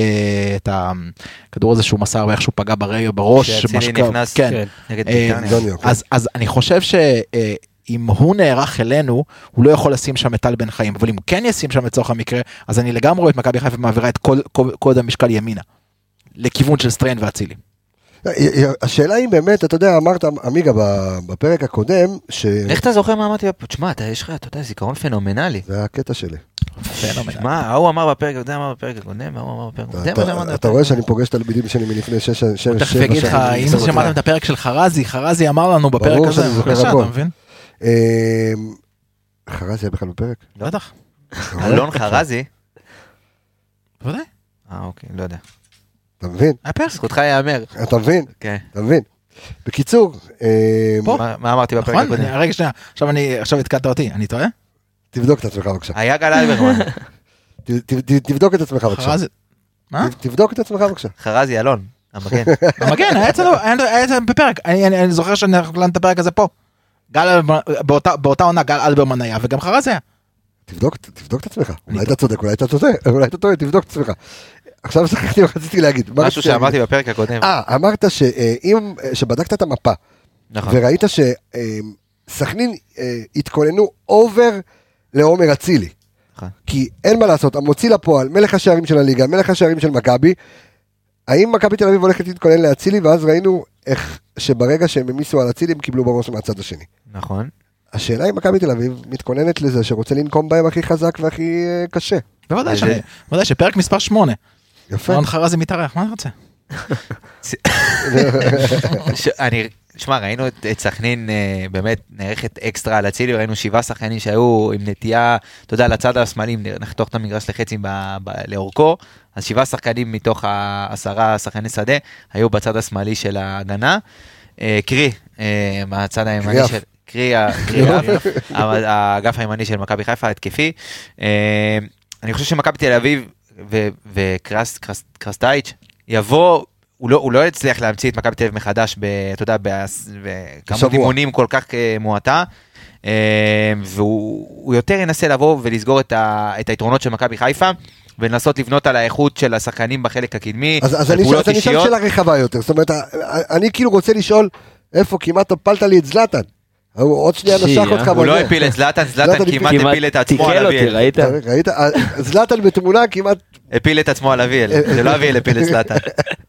אה, הכדור הזה שהוא מסר, ואיך שהוא פגע ברגע בראש, שהצילי נכנס כן. כן, נגד ביטניה. אז, אז אני חושב שאם הוא נערך אלינו, הוא לא יכול לשים שם את טל בן חיים, אבל אם הוא כן ישים שם לצורך המקרה, אז אני לגמרי רואה את מכבי חיפה מעבירה את כל, כל, כל המשקל ימינה, לכיוון של סטריין והצילי. השאלה היא באמת, אתה יודע, אמרת עמיגה בפרק הקודם, ש... איך אתה זוכר מה אמרתי? תשמע, יש לך, אתה יודע, זיכרון פנומנלי. זה הקטע שלי. פנומנלי. מה, הוא אמר בפרק, אתה יודע מה בפרק הקודם, מה הוא אמר בפרק הקודם. אתה רואה שאני פוגש את הלמידים שלי מלפני שש שנים. הוא תכף יגיד לך, אם שמעתם את הפרק של חרזי, חרזי אמר לנו בפרק הזה, בבקשה, אתה מבין? חרזי היה בכלל בפרק? לא יודע. אלון חרזי? בוודאי. אה, אוקיי, לא יודע. אתה מבין? זכותך יאמר. אתה מבין? כן. אתה מבין? בקיצור, מה אמרתי בפרק הקודם? רגע שנייה, עכשיו אני, עכשיו התקעת אותי, אני טועה? תבדוק את עצמך בבקשה. היה גל אלברמן. תבדוק את עצמך בבקשה. מה? תבדוק את עצמך בבקשה. חרזי, אלון, המגן. המגן, היה אצלנו בפרק, אני זוכר שאני הקלטנו את הפרק הזה פה. באותה עונה גל אלברמן היה, וגם חרזי היה. תבדוק את עצמך. אולי אתה צודק, אולי אתה צודק, אולי אתה טועה, תבדוק את עצמך. עכשיו שכחתי מה רציתי להגיד. משהו שאמרתי בפרק הקודם. אה, אמרת שאם, שבדקת את המפה, וראית שסכנין התכוננו אובר לעומר אצילי. כי אין מה לעשות, המוציא לפועל, מלך השערים של הליגה, מלך השערים של מכבי, האם מכבי תל אביב הולכת להתכונן לאצילי, ואז ראינו איך שברגע שהם המיסו על אצילי, הם קיבלו בראש מהצד השני. נכון. השאלה אם מכבי תל אביב מתכוננת לזה, שרוצה לנקום בהם הכי חזק והכי קשה. בוודאי שפרק מספר שמונה. יפה. אלון חרזי מתארח, מה אני רוצה? אני, שמע, ראינו את סכנין באמת נערכת אקסטרה על אצילי, ראינו שבעה שחקנים שהיו עם נטייה, אתה יודע, לצד השמאלי, נחתוך את המגרש לחצי לאורכו, אז שבעה שחקנים מתוך העשרה שחקני שדה, היו בצד השמאלי של ההגנה, קרי, מהצד הימני של... קריאה, קריאה, האגף הימני של מכבי חיפה, התקפי. אני חושב שמכבי תל אביב וקרסטייץ' יבוא, הוא לא יצליח להמציא את מכבי תל אביב מחדש, אתה יודע, בכמה אימונים כל כך מועטה, והוא יותר ינסה לבוא ולסגור את היתרונות של מכבי חיפה, ולנסות לבנות על האיכות של השחקנים בחלק הקדמי. אז אני שואל שאלה רחבה יותר, זאת אומרת, אני כאילו רוצה לשאול, איפה כמעט הפלת לי את זלאטן? עוד שנייה נשך אותך. הוא לא הפיל את זלאטן, זלאטן כמעט הפיל את עצמו על אביאל. ראית? ראית? זלאטן בתמונה כמעט... הפיל את עצמו על אביאל, זה לא אביאל הפיל את זלאטן.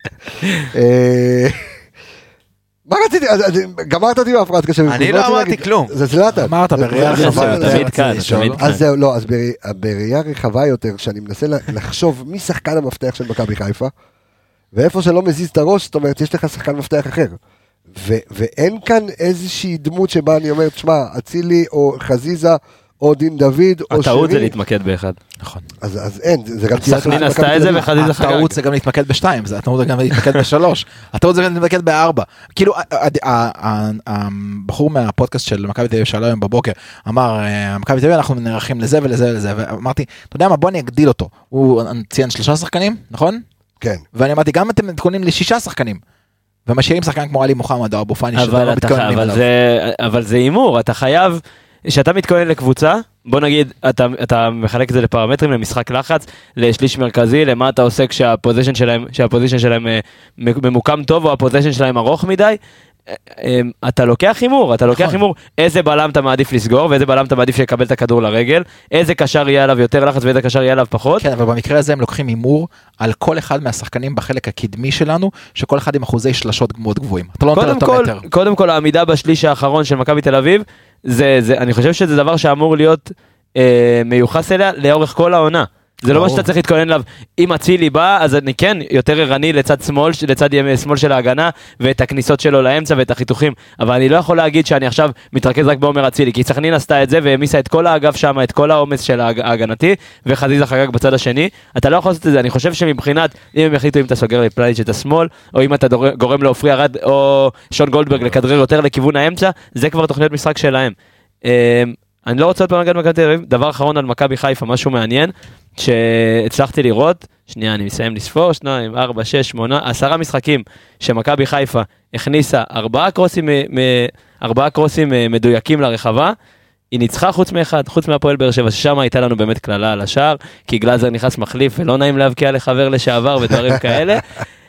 מה רציתי? גמרת אותי מהפרעת קשה. אני לא אמרתי כלום. זה זלאטן. אמרת בראייה רחבה יותר. תמיד כאן, תמיד כאן. אז זהו, לא, אז בראייה רחבה יותר, שאני מנסה לחשוב מי שחקן המפתח של מכבי חיפה, ואיפה שלא מזיז את הראש, זאת אומרת, יש לך שחקן מפתח אחר. ואין כאן איזושהי דמות שבה אני אומר, תשמע, אצילי או חזיזה, או דין דוד, או שרי. הטעות זה להתמקד באחד. נכון. אז אין, זה גם... סכנין עשתה את זה וחזיזה חגג. הטעות זה גם להתמקד בשתיים, הטעות זה גם להתמקד בשלוש, הטעות זה גם להתמקד בארבע. כאילו, הבחור מהפודקאסט של מכבי תל אביב שעלה היום בבוקר, אמר, מכבי תל אביב אנחנו נערכים לזה ולזה ולזה, ואמרתי, אתה יודע מה, בוא אני אגדיל אותו. הוא ציין שלושה שחקנים, נכון? כן. ואני אמרתי, גם אתם מתכוננים לשישה שחקנים. ומשאירים שחקן כמו עלי מוחמד או אבו פאני שאתה לא מתכוננים עליו. אבל זה אימור, אתה חייב, שאתה מתכונן לקבוצה, בוא נגיד, אתה, אתה מחלק את זה לפרמטרים, למשחק לחץ, לשליש מרכזי, למה אתה עושה כשהפוזישן שלהם, כשהפוזישן שלהם ממוקם טוב, או הפוזישן שלהם ארוך מדי, אתה לוקח אימור, אתה לוקח אימור, איזה בלם אתה מעדיף לסגור, ואיזה בלם אתה מעדיף שיקבל את הכדור לרגל, איזה קשר יהיה עליו יותר לחץ, ואיזה קשר יהיה עליו פחות. כן, אבל במקרה הזה הם לוקחים אימור על כל אחד מהשחקנים בחלק הקדמי שלנו, שכל אחד עם אחוזי שלשות מאוד גבוהים. אתה לא נותן אותו מטר. קודם כל, העמידה בשליש האחרון של מכבי תל אביב, זה, זה, אני חושב שזה דבר שאמור להיות אה, מיוחס אליה לאורך כל העונה. זה לא מה שאתה צריך להתכונן אליו. אם אצילי בא, אז אני כן יותר ערני לצד שמאל, לצד שמאל של ההגנה, ואת הכניסות שלו לאמצע ואת החיתוכים. אבל אני לא יכול להגיד שאני עכשיו מתרכז רק בעומר אצילי, כי סכנין עשתה את זה והמיסה את כל האגף שם, את כל העומס של ההגנתי, וחזיזה חגג בצד השני. אתה לא יכול לעשות את זה. אני חושב שמבחינת, אם הם יחליטו אם אתה סוגר לפלניץ' את השמאל, או אם אתה גורם לעופרי ארד או שון גולדברג לכדרר יותר לכיוון האמצע, זה כבר תוכניות משחק שלהם. אני לא רוצה עוד פעם להגיד מכבי תל אביב. דבר אחרון על מכבי חיפה, משהו מעניין, שהצלחתי לראות, שנייה, אני מסיים לספור, שניים, ארבע, שש, שמונה, עשרה משחקים שמכבי חיפה הכניסה ארבעה קרוסים, ארבעה קרוסים מדויקים לרחבה, היא ניצחה חוץ מאחד, חוץ מהפועל באר שבע, ששם הייתה לנו באמת כללה על השער, כי גלאזר נכנס מחליף, ולא נעים להבקיע לחבר לשעבר ודברים כאלה,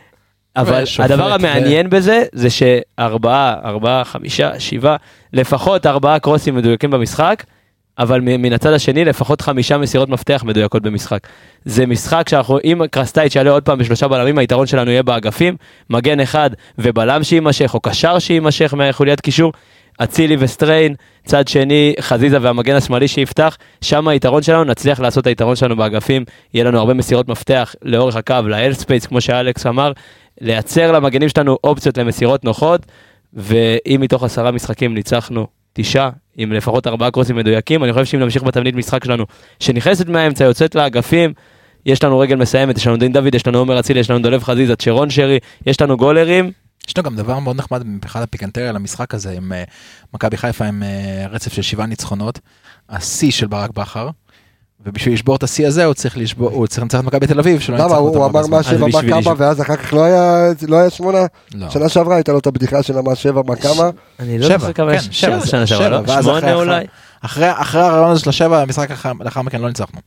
אבל הדבר המעניין בזה, זה שארבעה, ארבעה, חמישה, שבעה, לפחות ארבעה קרוסים מדויקים במשחק, אבל מן הצד השני, לפחות חמישה מסירות מפתח מדויקות במשחק. זה משחק שאנחנו, אם קרסטייץ' יעלה עוד פעם בשלושה בלמים, היתרון שלנו יהיה באגפים, מגן אחד ובלם שימשך, או קשר שימשך מהחוליית קישור, אצילי וסטריין, צד שני, חזיזה והמגן השמאלי שיפתח, שם היתרון שלנו, נצליח לעשות את היתרון שלנו באגפים, יהיה לנו הרבה מסירות מפתח לאורך הקו, לאלספייס, כמו שאלכס אמר, לייצר למגנים שלנו אופציות למסירות נוחות, ואם מתוך עשרה משחקים ניצחנו תשעה, עם לפחות ארבעה קרוסים מדויקים, אני חושב שאם נמשיך בתבנית משחק שלנו, שנכנסת מהאמצע, יוצאת לאגפים, יש לנו רגל מסיימת, יש לנו דין דוד, יש לנו עומר אצילי, יש לנו דולב חזיזה, צ'רון שרי, יש לנו גולרים. יש לנו גם דבר מאוד נחמד מבחינת הפיקנטריה למשחק הזה, עם מכבי חיפה עם רצף של שבעה ניצחונות, השיא של ברק בכר, ובשביל לשבור את השיא הזה, הוא צריך לשבור, הוא צריך לנצח את מכבי בתל אביב, שלא ניצח אותו. הוא אמר מה שבע מה כמה, ואז אחר כך לא היה שמונה, שנה שעברה הייתה לו את הבדיחה של מה שבע מה כמה. אני לא זוכר כמה, שבע שנה שעברה, לא? שמונה אולי. אחרי הרעיון הזה של השבע, המשחק לאחר מכן לא ניצחנו.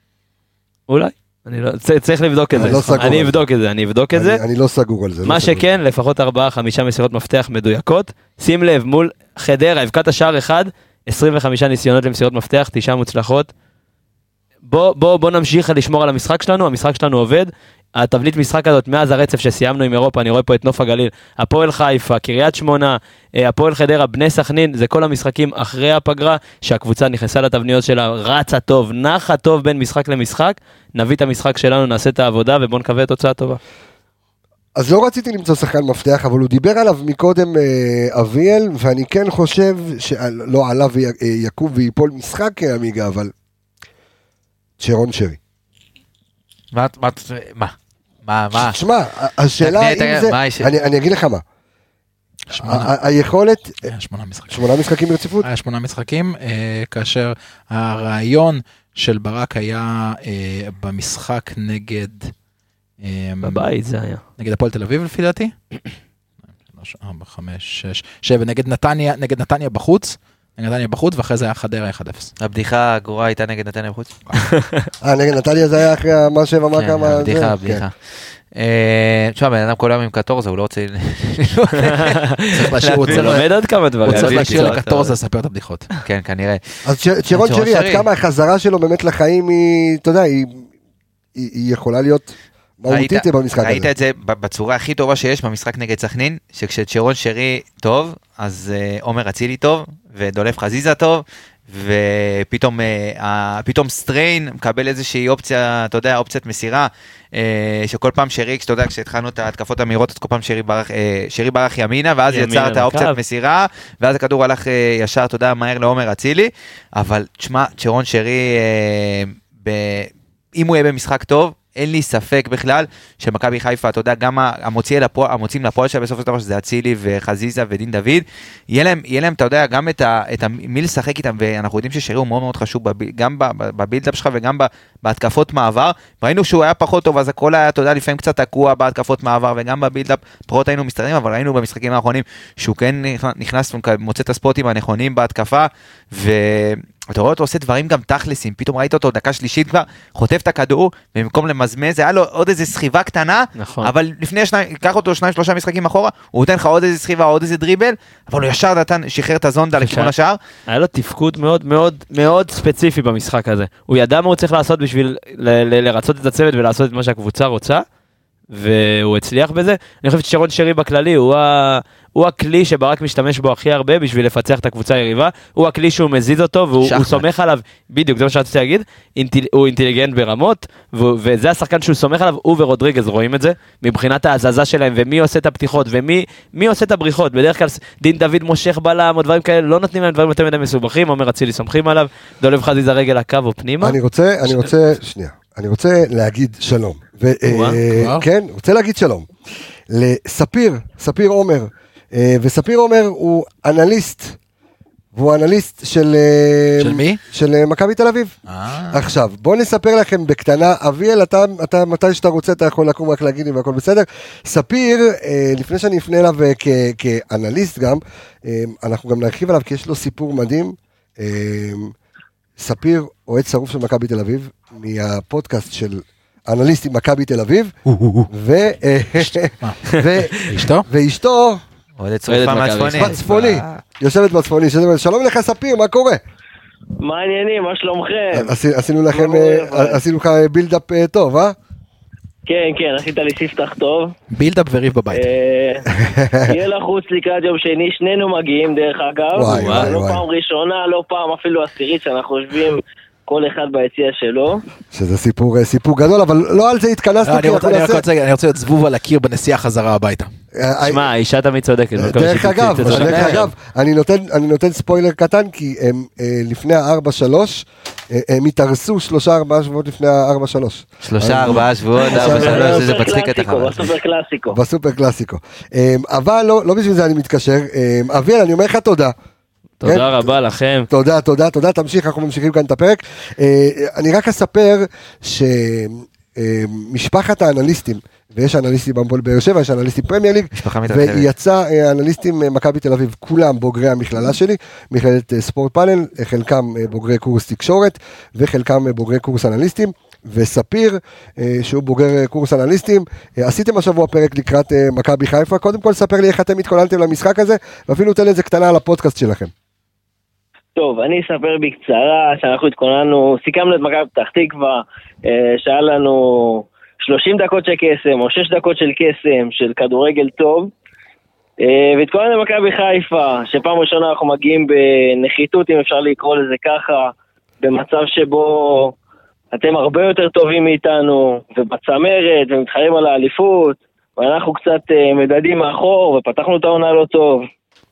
אולי. אני לא, צריך לבדוק את זה. אני אבדוק את זה, אני אבדוק את זה. אני לא סגור על זה. מה שכן, לפחות ארבעה, חמישה מסירות מפתח מדויקות. שים לב, מול חדרה, הבקעת השער אחד, עשרים וחמישה ניסיונות למסירות מפתח, תשע מוצלחות. בוא, בוא, בוא נמשיך לשמור על המשחק שלנו, המשחק שלנו עובד, התבנית משחק הזאת, מאז הרצף שסיימנו עם אירופה, אני רואה פה את נוף הגליל, הפועל חיפה, קריית שמונה, הפועל חדרה, בני סכנין, זה כל המשחקים אחרי הפגרה, שהקבוצה נכנסה לתבניות שלה, רצה טוב, נחה טוב בין משחק למשחק, נביא את המשחק שלנו, נעשה את העבודה, ובוא נקווה תוצאה טובה. אז לא רציתי למצוא שחקן מפתח, אבל הוא דיבר עליו מקודם אביאל, ואני כן חושב שלא עליו יקום ויפול משחק עמיגה, אבל צ'רון שרי. מה? מה? מה? מה? תשמע, השאלה אם זה... אני אגיד לך מה. היכולת, היה שמונה משחקים. שמונה משחקים ברציפות? היה שמונה משחקים, כאשר הרעיון של ברק היה במשחק נגד... בבית זה היה. נגד הפועל תל אביב לפי דעתי? שלוש, ארבע, חמש, שש, שבע, נגד נתניה, נגד נתניה בחוץ, נגד נתניה בחוץ, ואחרי זה היה חדרה אחד אפס. הבדיחה הגרועה הייתה נגד נתניה בחוץ. אה, נגד נתניה זה היה אחרי מה שבע, מה כמה... כן, הבדיחה, הבדיחה. תשמע, בן אדם כל היום עם קטורזה, הוא לא רוצה... הוא לומד עוד כמה דברים. הוא צריך להשאיר לקטורזה לספר את הבדיחות. כן, כנראה. אז צ'רון שרי, עד כמה החזרה שלו באמת לחיים היא, אתה יודע, היא יכולה להיות... מהותית זה במשחק הזה. ראית את זה בצורה הכי טובה שיש במשחק נגד סכנין, שכשצ'רון שרי טוב, אז עומר אצילי טוב, ודולף חזיזה טוב, ופתאום פתאום סטריין מקבל איזושהי אופציה, אתה יודע, אופציית מסירה, שכל פעם שרי, כשאתה יודע, כשהתחלנו את ההתקפות המהירות, אז כל פעם שרי ברח, שרי ברח ימינה, ואז יצר את האופציית מסירה, ואז הכדור הלך ישר, אתה יודע, מהר לעומר אצילי, אבל תשמע, צ'רון שרי, אם הוא יהיה במשחק טוב, אין לי ספק בכלל שמכבי חיפה, אתה יודע, גם המוצאים לפועל, המוצאים לפועל שלה בסוף הדבר שזה אצילי וחזיזה ודין דוד, יהיה להם, יהיה להם, אתה יודע, גם את, ה, את מי לשחק איתם, ואנחנו יודעים ששרי הוא מאוד מאוד חשוב, גם בבילדאפ שלך וגם בהתקפות מעבר, ראינו שהוא היה פחות טוב, אז הכל היה, אתה יודע, לפעמים קצת תקוע בהתקפות מעבר, וגם בבילדאפ פחות היינו מסתדרים, אבל ראינו במשחקים האחרונים, שהוא כן נכנס ומוצא את הספוטים הנכונים בהתקפה, ו... אתה רואה אותו עושה דברים גם תכלסים, פתאום ראית אותו דקה שלישית כבר, חוטף את הכדור, במקום למזמז, היה לו עוד איזה סחיבה קטנה, נכון. אבל לפני שניים, קח אותו שניים שלושה משחקים אחורה, הוא נותן לך עוד איזה סחיבה, עוד איזה דריבל, אבל הוא ישר נתן, שחרר את הזונדה לכיוון השער. היה לו תפקוד מאוד מאוד מאוד ספציפי במשחק הזה. הוא ידע מה הוא צריך לעשות בשביל ל- ל- לרצות את הצוות ולעשות את מה שהקבוצה רוצה, והוא הצליח בזה. אני חושב ששרון שרי בכללי הוא, ה... הוא הכלי שברק משתמש בו הכי הרבה בשביל לפצח את הקבוצה היריבה, הוא הכלי שהוא מזיז אותו והוא סומך עליו, בדיוק זה מה שרציתי להגיד, אינטל... הוא אינטליגנט ברמות, ו... וזה השחקן שהוא סומך עליו, הוא ורודריגז רואים את זה, מבחינת ההזזה שלהם ומי עושה את הפתיחות ומי מי עושה את הבריחות, בדרך כלל דין דוד מושך בלם או דברים כאלה, לא נותנים להם דברים יותר מדי מסובכים, אומר אצילי סומכים עליו, דולב חזיזה רגל הקו או פנימה. אני רוצה, אני רוצה, שנייה, אני רוצה להגיד שלום. כן, רוצה להגיד שלום. לספיר, ספיר עומר, וספיר עומר הוא אנליסט, והוא אנליסט של... של מי? של מכבי תל אביב. עכשיו, בוא נספר לכם בקטנה, אביאל, אתה, אתה מתי שאתה רוצה, אתה יכול לקום רק להגיד לי והכל בסדר. ספיר, לפני שאני אפנה אליו כאנליסט גם, אנחנו גם נרחיב עליו, כי יש לו סיפור מדהים. ספיר, אוהד שרוף של מכבי תל אביב, מהפודקאסט של אנליסטים מכבי תל אביב, ואשתו, ואשתו, אוהדת שרופה מהצפוני. בצפוני, יושבת בצפוני, שלום לך ספיר, מה קורה? מה העניינים, מה שלומכם? עשינו לכם, עשינו לך בילדאפ טוב, אה? כן, כן, עשית לי ספתח טוב. בילדאפ וריב בבית. יהיה לחוץ לקראת יום שני, שנינו מגיעים דרך אגב. לא פעם ראשונה, לא פעם אפילו עשירית שאנחנו יושבים כל אחד ביציע שלו. שזה סיפור, סיפור גדול, אבל לא על זה התכנסנו. אני רוצה להיות זבוב על הקיר בנסיעה חזרה הביתה. שמע, האישה תמיד צודקת. דרך אגב, דרך אגב, אני נותן ספוילר קטן, כי לפני ה-ארבע שלוש, הם התארסו שלושה ארבעה שבועות לפני ה-ארבע שלוש. שלושה ארבעה שבועות, ארבע שלוש, זה מצחיק את החבר. בסופר קלאסיקו. בסופר קלאסיקו. אבל לא בשביל זה אני מתקשר. אביאל, אני אומר לך תודה. תודה רבה לכם. תודה, תודה, תודה, תמשיך, אנחנו ממשיכים כאן את הפרק. אני רק אספר שמשפחת האנליסטים, ויש אנליסטים במפועל באר שבע, יש אנליסטים פרמייר ליג, ויצא אנליסטים מכבי תל אביב, כולם בוגרי המכללה שלי, מכללת ספורט פאנל, חלקם בוגרי קורס תקשורת, וחלקם בוגרי קורס אנליסטים, וספיר, שהוא בוגר קורס אנליסטים. עשיתם השבוע פרק לקראת מכבי חיפה, קודם כל ספר לי איך אתם התכוננתם למשחק הזה, ואפילו תן איזה קטנה על הפודקאסט שלכם. טוב, אני אספר בקצרה שאנחנו התכוננו, סיכמנו את מכבי פתח תקווה, שהיה לנו שלושים דקות של קסם, או שש דקות של קסם, של כדורגל טוב, והתכוננו למכבי חיפה, שפעם ראשונה אנחנו מגיעים בנחיתות, אם אפשר לקרוא לזה ככה, במצב שבו אתם הרבה יותר טובים מאיתנו, ובצמרת, ומתחרים על האליפות, ואנחנו קצת מדדים מאחור, ופתחנו את העונה לא טוב.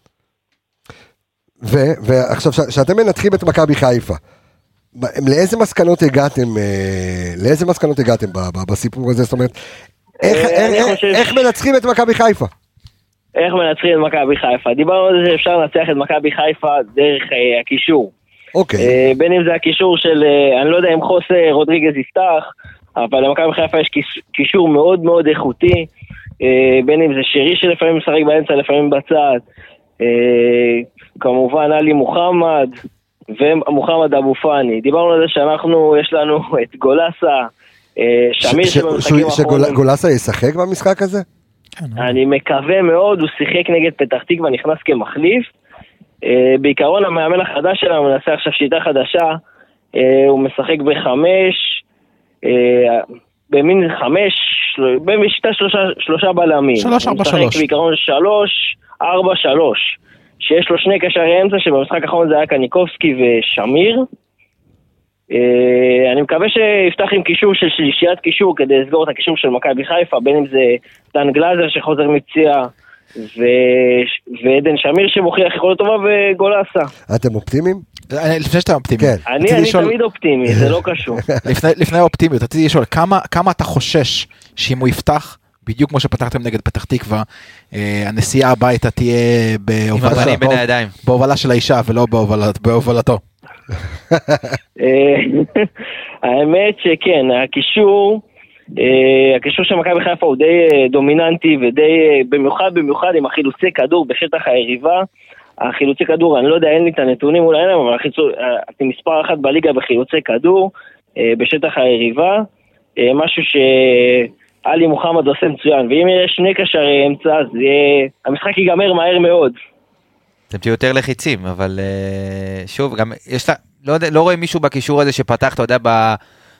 ועכשיו, שאתם מנתחים את מכבי חיפה, לאיזה מסקנות הגעתם, לאיזה מסקנות הגעתם בסיפור הזה? זאת אומרת, איך מנצחים את מכבי חיפה? איך מנצחים את מכבי חיפה. דיברנו על זה שאפשר לנצח את מכבי חיפה דרך אה, הקישור. אוקיי. אה, בין אם זה הקישור של, אה, אני לא יודע אם חוסה רודריגז יפתח, אבל למכבי חיפה יש קיש, קישור מאוד מאוד איכותי, אה, בין אם זה שרי שלפעמים משחק באמצע, לפעמים בצד, אה, כמובן עלי מוחמד, ומוחמד אבו פאני. דיברנו על זה שאנחנו, יש לנו את גולסה, אה, שמיר ש- שבמשחקים ש- האחרונים. שגולסה ישחק במשחק הזה? אני מקווה מאוד, הוא שיחק נגד פתח תקווה, נכנס כמחליף. Uh, בעיקרון המאמן החדש שלנו מנסה עכשיו שיטה חדשה, uh, הוא משחק בחמש, uh, במין חמש, של... בשיטה שלושה, שלושה בלמים. שלוש, ארבע, הוא משחק שלוש. בעיקרון שלוש, ארבע, שלוש, שיש לו שני קשרי אמצע, שבמשחק האחרון זה היה קניקובסקי ושמיר. Uh, אני מקווה שיפתח עם קישור של שלישיית קישור כדי לסגור את הקישור של מכבי חיפה, בין אם זה דן גלאזר שחוזר מפציעה, ו... ועדן שמיר שמוכיח יכולת טובה וגולסה. אתם אופטימיים? אני- לפני שאתה אופטימי, כן. אני, רציתי אני לשאול- תמיד אופטימי, זה לא קשור. לפני- לפני האופטימיות, רציתי לשאול, כמה כמה אתה חושש שאם הוא יפתח, בדיוק כמו שפתחתם נגד פתח תקווה, אה, הנסיעה הביתה תהיה עם בהובלה- הפנים בין הידיים. בהובלה של האישה ולא בהובלת- בהובלתו. אה, האמת שכן, הקישור, אה, הקישור של מכבי חיפה הוא די אה, דומיננטי ודי, אה, במיוחד במיוחד עם החילוצי כדור בשטח היריבה. החילוצי כדור, אני לא יודע, אין לי את הנתונים אולי אין להם, אבל החילוצי, אה, אתם מספר אחת בליגה בחילוצי כדור אה, בשטח היריבה, אה, משהו שאלי מוחמד עושה מצוין, ואם יש שני קשרי אמצע, אז אה, המשחק ייגמר מהר מאוד. אתם תהיו יותר לחיצים, אבל uh, שוב, גם יש לה, לא, יודע, לא רואים מישהו בקישור הזה שפתח, אתה יודע, ב,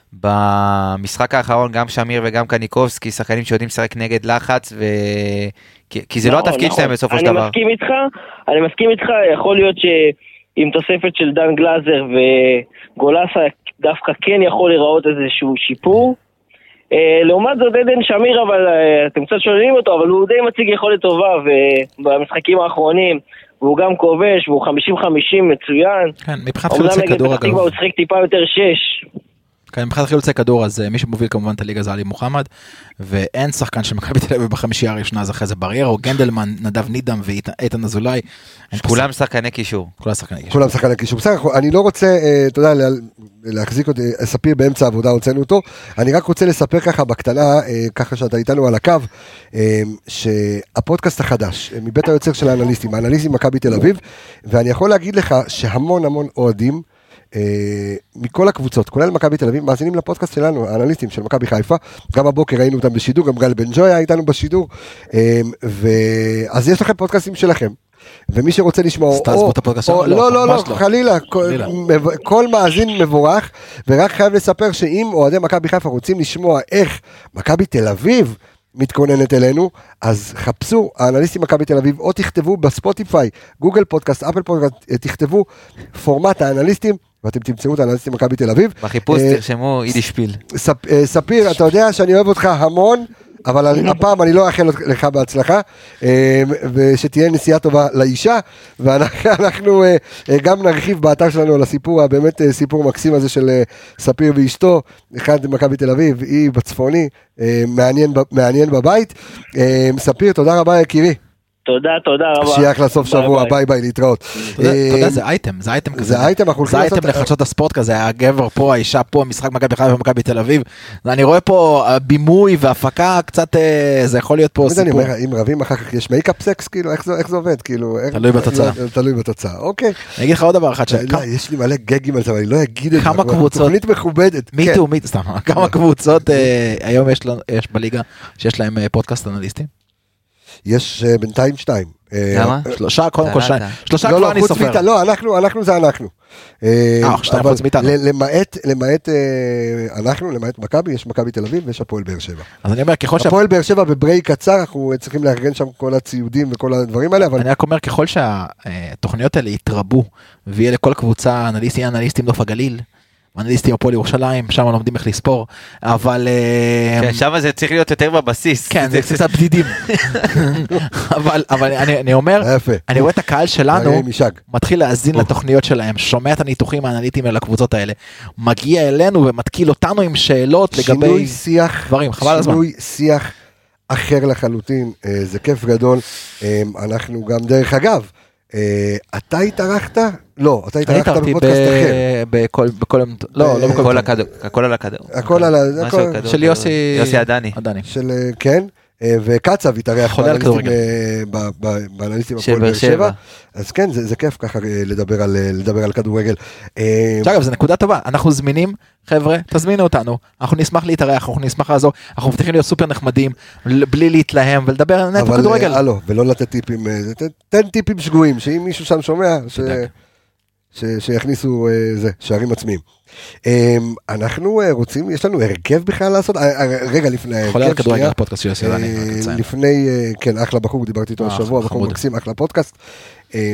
במשחק האחרון, גם שמיר וגם קניקובסקי, שחקנים שיודעים לשחק נגד לחץ, ו... כי, כי זה לא נכון, התפקיד נכון. שלהם בסופו של אני דבר. מסכים איתך, אני מסכים איתך, יכול להיות שעם תוספת של דן גלאזר וגולסה דווקא כן יכול לראות איזשהו שיפור. אה, לעומת זאת עדן שמיר, אבל אה, אתם קצת שואלים אותו, אבל הוא די מציג יכולת טובה, ובמשחקים האחרונים והוא גם כובש, והוא חמישים חמישים מצוין. כן, מבחינת חילוצי כדור אומנם נגד פתח תקווה אגב. הוא שחק טיפה יותר שש. כן, מבחינת חילוצי כדור, אז מי שמוביל כמובן את הליגה זה עלי מוחמד, ואין שחקן של מכבי תל אביב בחמישייה הראשונה, אז אחרי זה בריירו, גנדלמן, נדב נידם ואיתן אזולאי. כולם שחקני קישור. כולם שחקני קישור. כולם שחקני קישור. בסדר, אני לא רוצה, אה, אתה יודע, לה- להחזיק אותי, ספיר באמצע העבודה, הוצאנו אותו. אני רק רוצה לספר ככה בקטנה, אה, ככה שאתה איתנו על הקו, אה, שהפודקאסט החדש, אה, מבית היוצר של האנליסטים, האנליסטים מכבי תל אביב, ואני יכול להגיד לך שהמון המון אוהדים, Uh, מכל הקבוצות, כולל מכבי תל אביב, מאזינים לפודקאסט שלנו, האנליסטים של מכבי חיפה, גם הבוקר ראינו אותם בשידור, גם גל בן ג'וי היה איתנו בשידור, uh, ואז יש לכם פודקאסטים שלכם, ומי שרוצה לשמוע, אז תעזבו את הפודקאסט או, שלנו, לא, לא, לא, ממש לא. חלילה, כל, חלילה. מב- כל מאזין מבורך, ורק חייב לספר שאם אוהדי מכבי חיפה רוצים לשמוע איך מכבי תל אביב מתכוננת אלינו, אז חפשו האנליסטים מכבי תל אביב, או תכתבו בספוטיפיי, גוגל פודקאסט, אפל פודקאסט, תכתבו פורמט האנליסטים, ואתם תמצאו את האנליסטים מכבי תל אביב. בחיפוש אה, תרשמו יידישפיל. ספ- אה, ספיר, אתה יודע שאני אוהב אותך המון, אבל אני- הפעם אני לא אאחל לך בהצלחה, אה, ושתהיה נסיעה טובה לאישה, ואנחנו אה, אה, גם נרחיב באתר שלנו על הסיפור, הבאמת אה, סיפור מקסים הזה של אה, ספיר ואשתו, אחד מכבי תל אביב, היא בצפוני, אה, מעניין ב- מעניין בבית. אה, ספיר, תודה רבה יקירי, תודה, תודה רבה. שיהיה אחלה סוף ביי, שבוע, ביי. ביי ביי, להתראות. אתה יודע- אתה יודע, זה אייטם, זה אייטם כזה. זה אייטם, אנחנו הולכים זה אייטם לעשות- לחדשות הספורט כזה, הגבר פה, האישה פה, משחק מכבי חיפה ומכבי תל אביב. אני רואה פה בימוי והפקה, קצת, אה, זה יכול להיות פה תמיד אני סיפור. אומר, אם רבים אחר כך יש מייקאפ סקס, כאילו, איך זה- איך זה עובד, כאילו, איך- תלוי בתוצאה. לא, תלוי בתוצאה, אוקיי. אני אגיד לך עוד דבר אחד, לא, שכמה- יש לי מלא גגים על זה, אבל אני לא אגיד את זה. כמה אבל קבוצות- תוכנית מכובדת. מי כן. טו, מי, סתם, כמה קבוצות אה, היום יש לנו- יש בליגה שיש להם אה, פודקאסט אנליסטים? יש אה, בינתיים שתיים. אה, למה? שלושה, קודם כל אתה שניים. יודעת. שלושה לא, כבר לא, אני חוץ סופר. מאיתנו, לא, אנחנו, אנחנו זה אנחנו. אה, אה, שתיים אבל חוץ מאיתנו. ל- למעט, למעט אה, אנחנו, למעט מכבי, יש מכבי תל אביב ויש הפועל באר שבע. אז אני אומר, ככל שה... הפועל באר שבע בברייק קצר, אנחנו צריכים לארגן שם כל הציודים וכל הדברים האלה, אבל אני רק אומר, ככל שהתוכניות האלה יתרבו, ויהיה לכל קבוצה אנליסטים, אנליסטים נוף הגליל, אנליסטים הפועל ירושלים, שם לומדים איך לספור, אבל... אה, כן, שם זה צריך להיות יותר בבסיס. כן, זה קצת בדידים. אבל אבל אני אני אומר, יפה. אני רואה את הקהל שלנו, הרי משג. מתחיל להאזין לתוכניות שלהם, שומע את הניתוחים האנליטיים על הקבוצות האלה, מגיע אלינו ומתקיל אותנו עם שאלות שינוי לגבי שיח, דברים, חבל על הזמן. שינוי שיח אחר לחלוטין, אה, זה כיף גדול, אה, אנחנו גם דרך אגב, אה, אתה התארחת? לא, אתה התארחת התארחתי בפודקאסט אחר. בכל, בכל, לא, לא בכל, הכל הכדור, הכל על הכדור. הכל על ה... משהו הכל- הכדור, של יוסי, יוסי עדני. עדני. של, אה, כן, אה, וקצב התארח חולה על באנליסטים, כדורגל. אה, ב- ב- באנליסטים של הפועל באר באר שבע, שבע. אז כן, זה זה כיף ככה אה, לדבר על אה, לדבר על כדורגל. אה, אגב, זו נקודה טובה, אנחנו זמינים, חבר'ה, תזמינו אותנו, אנחנו נשמח להתארח, אנחנו נשמח לעזור, אנחנו מבטיחים להיות סופר נחמדים, בלי להתלהם ולדבר נטו אבל כדורגל. אה, הלו, ולא לתת טיפים, אה, תן- תן טיפים שגויים, שאם מישהו שם שומע, ש- תדאג. ש- שיכניסו אה, זה, שערים עצמיים. אה, אנחנו אה, רוצים, יש לנו הרכב בכלל לעשות? אה, אה, רגע, לפני חולה על ההרכב, כדורגל, שנייה. הפודקאסט של יוסי עדני, אה, רק אציין. לפני, אה, כן, אחלה בחור, דיברתי איתו אה, השבוע, בחור חמוד. מקסים, אחלה פודקאסט. אה,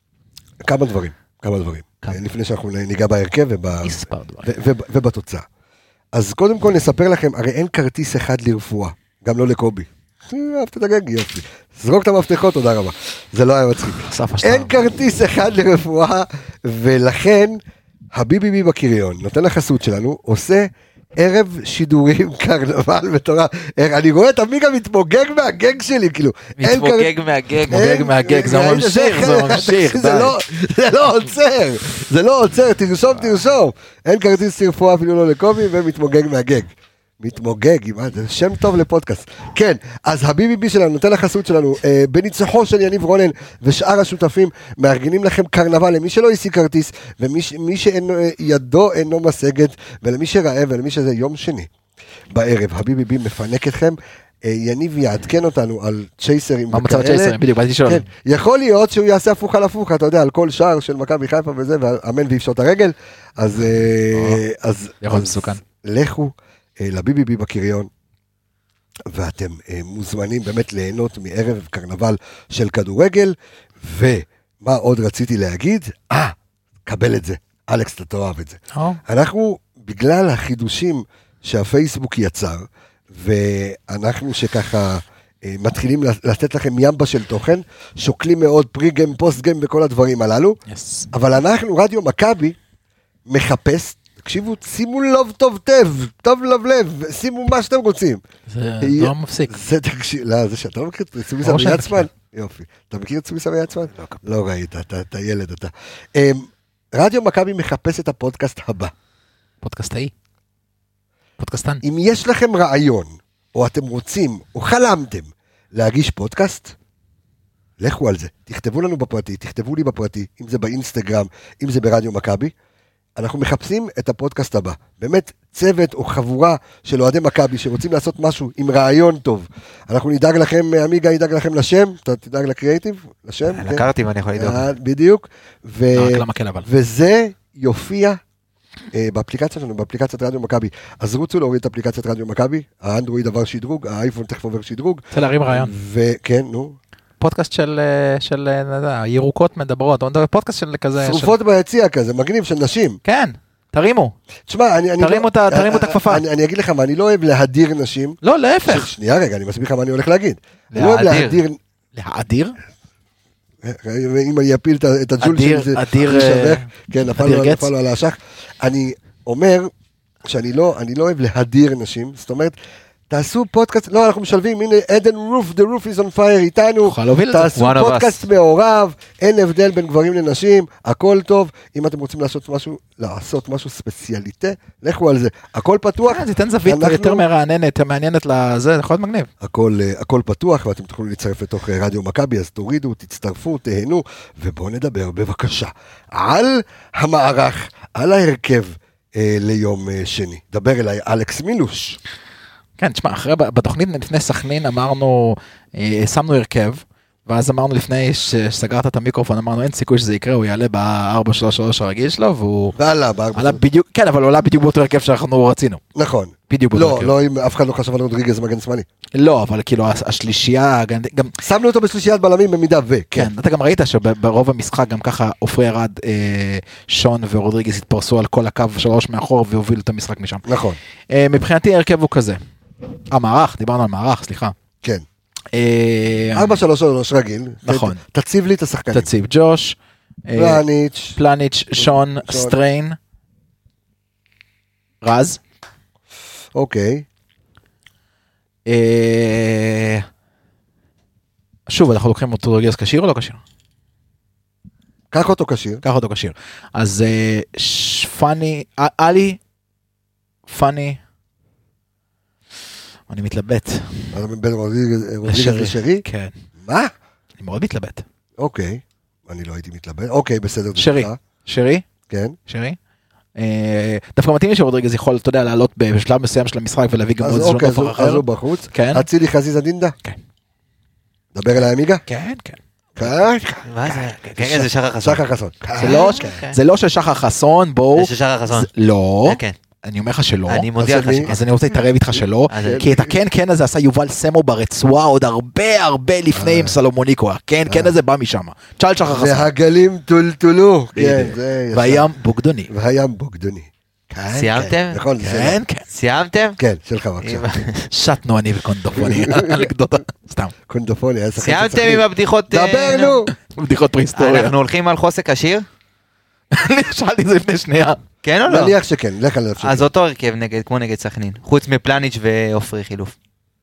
כמה דברים, כמה דברים, כמה. אה, לפני שאנחנו ניגע בהרכב וב- מספר דברים. ו- ו- ובתוצאה. אז קודם כל נספר לכם, הרי אין כרטיס אחד לרפואה, גם לא לקובי. אה, אהבת את הגג, יופי. זרוק את המפתחות, תודה רבה. זה לא היה מצחיק. אסף השטר. אין כרטיס אחד לרפואה, ולכן הבי-בי בי בקריון, נותן החסות שלנו, עושה ערב שידורים קרנבל מטורף. אני רואה את עמיגה מתמוגג מהגג שלי, כאילו. אין מתפוגג כר- מהגג. אין- מתמוגג מהגג, זה ראית ממשיך, זה ממשיך, זה די. לא- זה לא עוצר, זה לא עוצר, תרשום, תרשום. אין כרטיס רפואה אפילו לא לקובי, ומתמוגג מהגג. מתמוגג, מה, זה שם טוב לפודקאסט. כן, אז ה-בי בי בי שלנו, נותן החסות שלנו, אה, בניצוחו של יניב רונן ושאר השותפים, מארגנים לכם קרנבל למי שלא השיג כרטיס, ומי ש- מי שידו אינו משגת, ולמי שרעב, ולמי שזה יום שני. בערב, ה-בי בי בי מפנק אתכם, אה, יניב יעדכן אותנו על צ'ייסרים מה מצב הצ'ייסרים? בדיוק, באתי לשאול. כן, יכול להיות שהוא יעשה הפוך על הפוך, אתה יודע, על כל שער של מכבי חיפה וזה, ואמן ויפשוט הרגל, אז, אה, אז, יכול אז מסוכן. לכו אה, לבי בי בי בקריון, ואתם אה, מוזמנים באמת ליהנות מערב קרנבל של כדורגל, ומה עוד רציתי להגיד? אה, קבל את זה, אלכס, אתה תאהב את זה. או, אנחנו, בגלל החידושים שהפייסבוק יצר, ואנחנו שככה אה, מתחילים לתת לכם ימבה של תוכן, שוקלים מאוד פרי-גיים, פוסט-גיים וכל הדברים הללו, יס. אבל אנחנו, רדיו מכבי, מחפש, תקשיבו, שימו לב טוב טב, טוב לב לב, שימו מה שאתם רוצים. זה יהיה- לא מפסיק. זה תקשיב, לא, זה שאתה לא מכיר את סומיסה ברור שאני ויצמן? יופי. אתה מכיר את סומיסה ויצמן? לא ראית, אתה אתה ילד, אתה. אמ, רדיו מכבי מחפש את הפודקאסט הבא. פודקאסטאי. פודקאסטן. אם יש לכם רעיון, או אתם רוצים, או חלמתם להגיש פודקאסט, לכו על זה. תכתבו לנו בפרטי, תכתבו לי בפרטי, אם זה באינסטגרם, אם זה ברדיו מכבי. אנחנו מחפשים את הפודקאסט הבא. באמת צוות או חבורה של אוהדי מכבי שרוצים לעשות משהו עם רעיון טוב. אנחנו נדאג לכם, עמיגה ידאג לכם לשם, אתה תדאג לקריאיטיב, לשם. כן? לקרתי ואני יכול לדאוג. אה, בדיוק. ו- לא, רק למקל אבל. וזה יופיע אה, באפליקציה שלנו, באפליקציית רדיו מכבי. אז רוצו להוריד את אפליקציית רדיו מכבי, האנדרואיד עבר שדרוג, האייפון תכף עובר שדרוג. רוצה להרים רעיון. וכן, נו. פודקאסט של, אה, של, אה, לא יודע, ירוקות מדברות, או מדבר, פודקאסט של כזה. של- שרופות ביציע כזה, מגניב של נשים. כן, תרימו. תשמע, אני... אני תרימו לא- את ה- תרימו את אני- הכפפה. אני אני אגיד לך מה, אני לא אוהב להדיר נשים. לא, להפך. ש- שנייה רגע, אני מסביר לך מה אני הולך להגיד. אני לא אוהב להאדיר. להדיר... להאדיר? אם אני אפיל את ה- את הג'ול אדיר- שלי, זה אדיר, יישבר. אה, כן, נפל אדיר לו- גץ? נפל לו על האשך. אני אומר שאני לא אני לא אוהב להדיר נשים, זאת אומרת, תעשו פודקאסט, לא, אנחנו משלבים, הנה, עדן רוף, the roof is on fire איתנו, תוכל להוביל את זה. תעשו One of us. פודקאסט מעורב, אין הבדל בין גברים לנשים, הכל טוב, אם אתם רוצים לעשות משהו, לעשות משהו ספציאליטה, לכו על זה, הכל פתוח, אה, זה ייתן זווית אנחנו- יותר מרעננת, מעניינת לזה, זה יכול להיות מגניב. הכל, אה, הכל פתוח, ואתם תוכלו להצטרף לתוך אה, רדיו מכבי, אז תורידו, תצטרפו, תהנו, ובואו נדבר בבקשה על המערך, על ההרכב אה, ליום אה, שני. דבר אליי, אלכס מילוש. כן, תשמע, אחרי, בתוכנית לפני סכנין אמרנו, אה, שמנו הרכב, ואז אמרנו לפני שסגרת את המיקרופון, אמרנו אין סיכוי שזה יקרה, הוא יעלה ב-ארבע שלוש שלוש הרגיל שלו, והוא ועלה, בארבע עלה שעות. בדיוק, כן, אבל הוא עלה בדיוק באותו הרכב שאנחנו רצינו, נכון. בדיוק באותו לא, הרכב. לא, אם אף אחד לא חשב על רודריגז מגן שמאלי. לא, אבל כאילו הש- השלישייה, גם, גם שמנו אותו בשלישיית בלמים במידה ו... כן, אתה גם ראית שברוב המשחק גם ככה עופרי ירד, אה, שון ורודריגז התפרסו על כל הקו שלוש מאחור והובילו את המשחק משם. נכון, אה, מבחינתי ההרכב הוא כזה, המערך, דיברנו על מערך, סליחה. כן. אה, ארבע שלוש שלוש רגיל. נכון. ת- תציב לי את השחקנים. תציב ג'וש, אה, פלניץ', פלניץ', שון, סטריין, רז, אוקיי. אה, שוב, אנחנו לוקחים אותו רודריגז כשיר או לא כשיר? קח אותו כשיר. קח אותו כשיר. אז אה, ש- פאני, א- אלי, פאני, אני מתלבט. אז בין רודריגז רודריגז לשרי? כן. מה? אני מאוד מתלבט. אוקיי. אני לא הייתי מתלבט. אוקיי, בסדר. שרי, תודה. שרי, כן. שרי. אה, דווקא מתאים לי שרודריגז יכול, אתה יודע, לעלות בשלב מסוים של המשחק ולהביא גם עוד אז איזשהו אוקיי, אז נופח הוא- אחר. אז הוא בחוץ. כן. אצילי חזיזה דינדה? כן. דבר אליי עמיגה? כן, כן. כן. מה זה? כן, זה שחר חסון. שחר חסון. זה לא, זה לא של שחר חסון, בואו. זה של שחר חסון. זה- לא. כן. אני אומר לך שלא. אני מודיע לך אז שכן. אז אני רוצה להתערב איתך שלא, אז- כי את הכן כן הזה עשה יובל סמו ברצועה עוד הרבה הרבה לפני עם סלומוניקו, הכן כן הזה בא משם, תשאל שחר חסון, והגלים טולטולו. כן, זה ישר. והים בוגדוני, והים בוגדוני. כן, סיימתם? כן, נכון, זה כן כן, סיימתם? כן, שלך בבקשה. שטנו אני וקונדופוני, אנקדוטה, סתם, קונדופוני, היה שחקן סיימתם שצריך. עם הבדיחות? דבר אה, נו. בדיחות פריסטוריה, אנחנו הולכים על חוסק עשיר? אני שאלתי את זה לפני שנייה, כן או לא? נניח שכן, לך על נפשי. אז אותו הרכב נגד, כמו נגד סכנין. חוץ מפלניץ' ועופרי חילוף.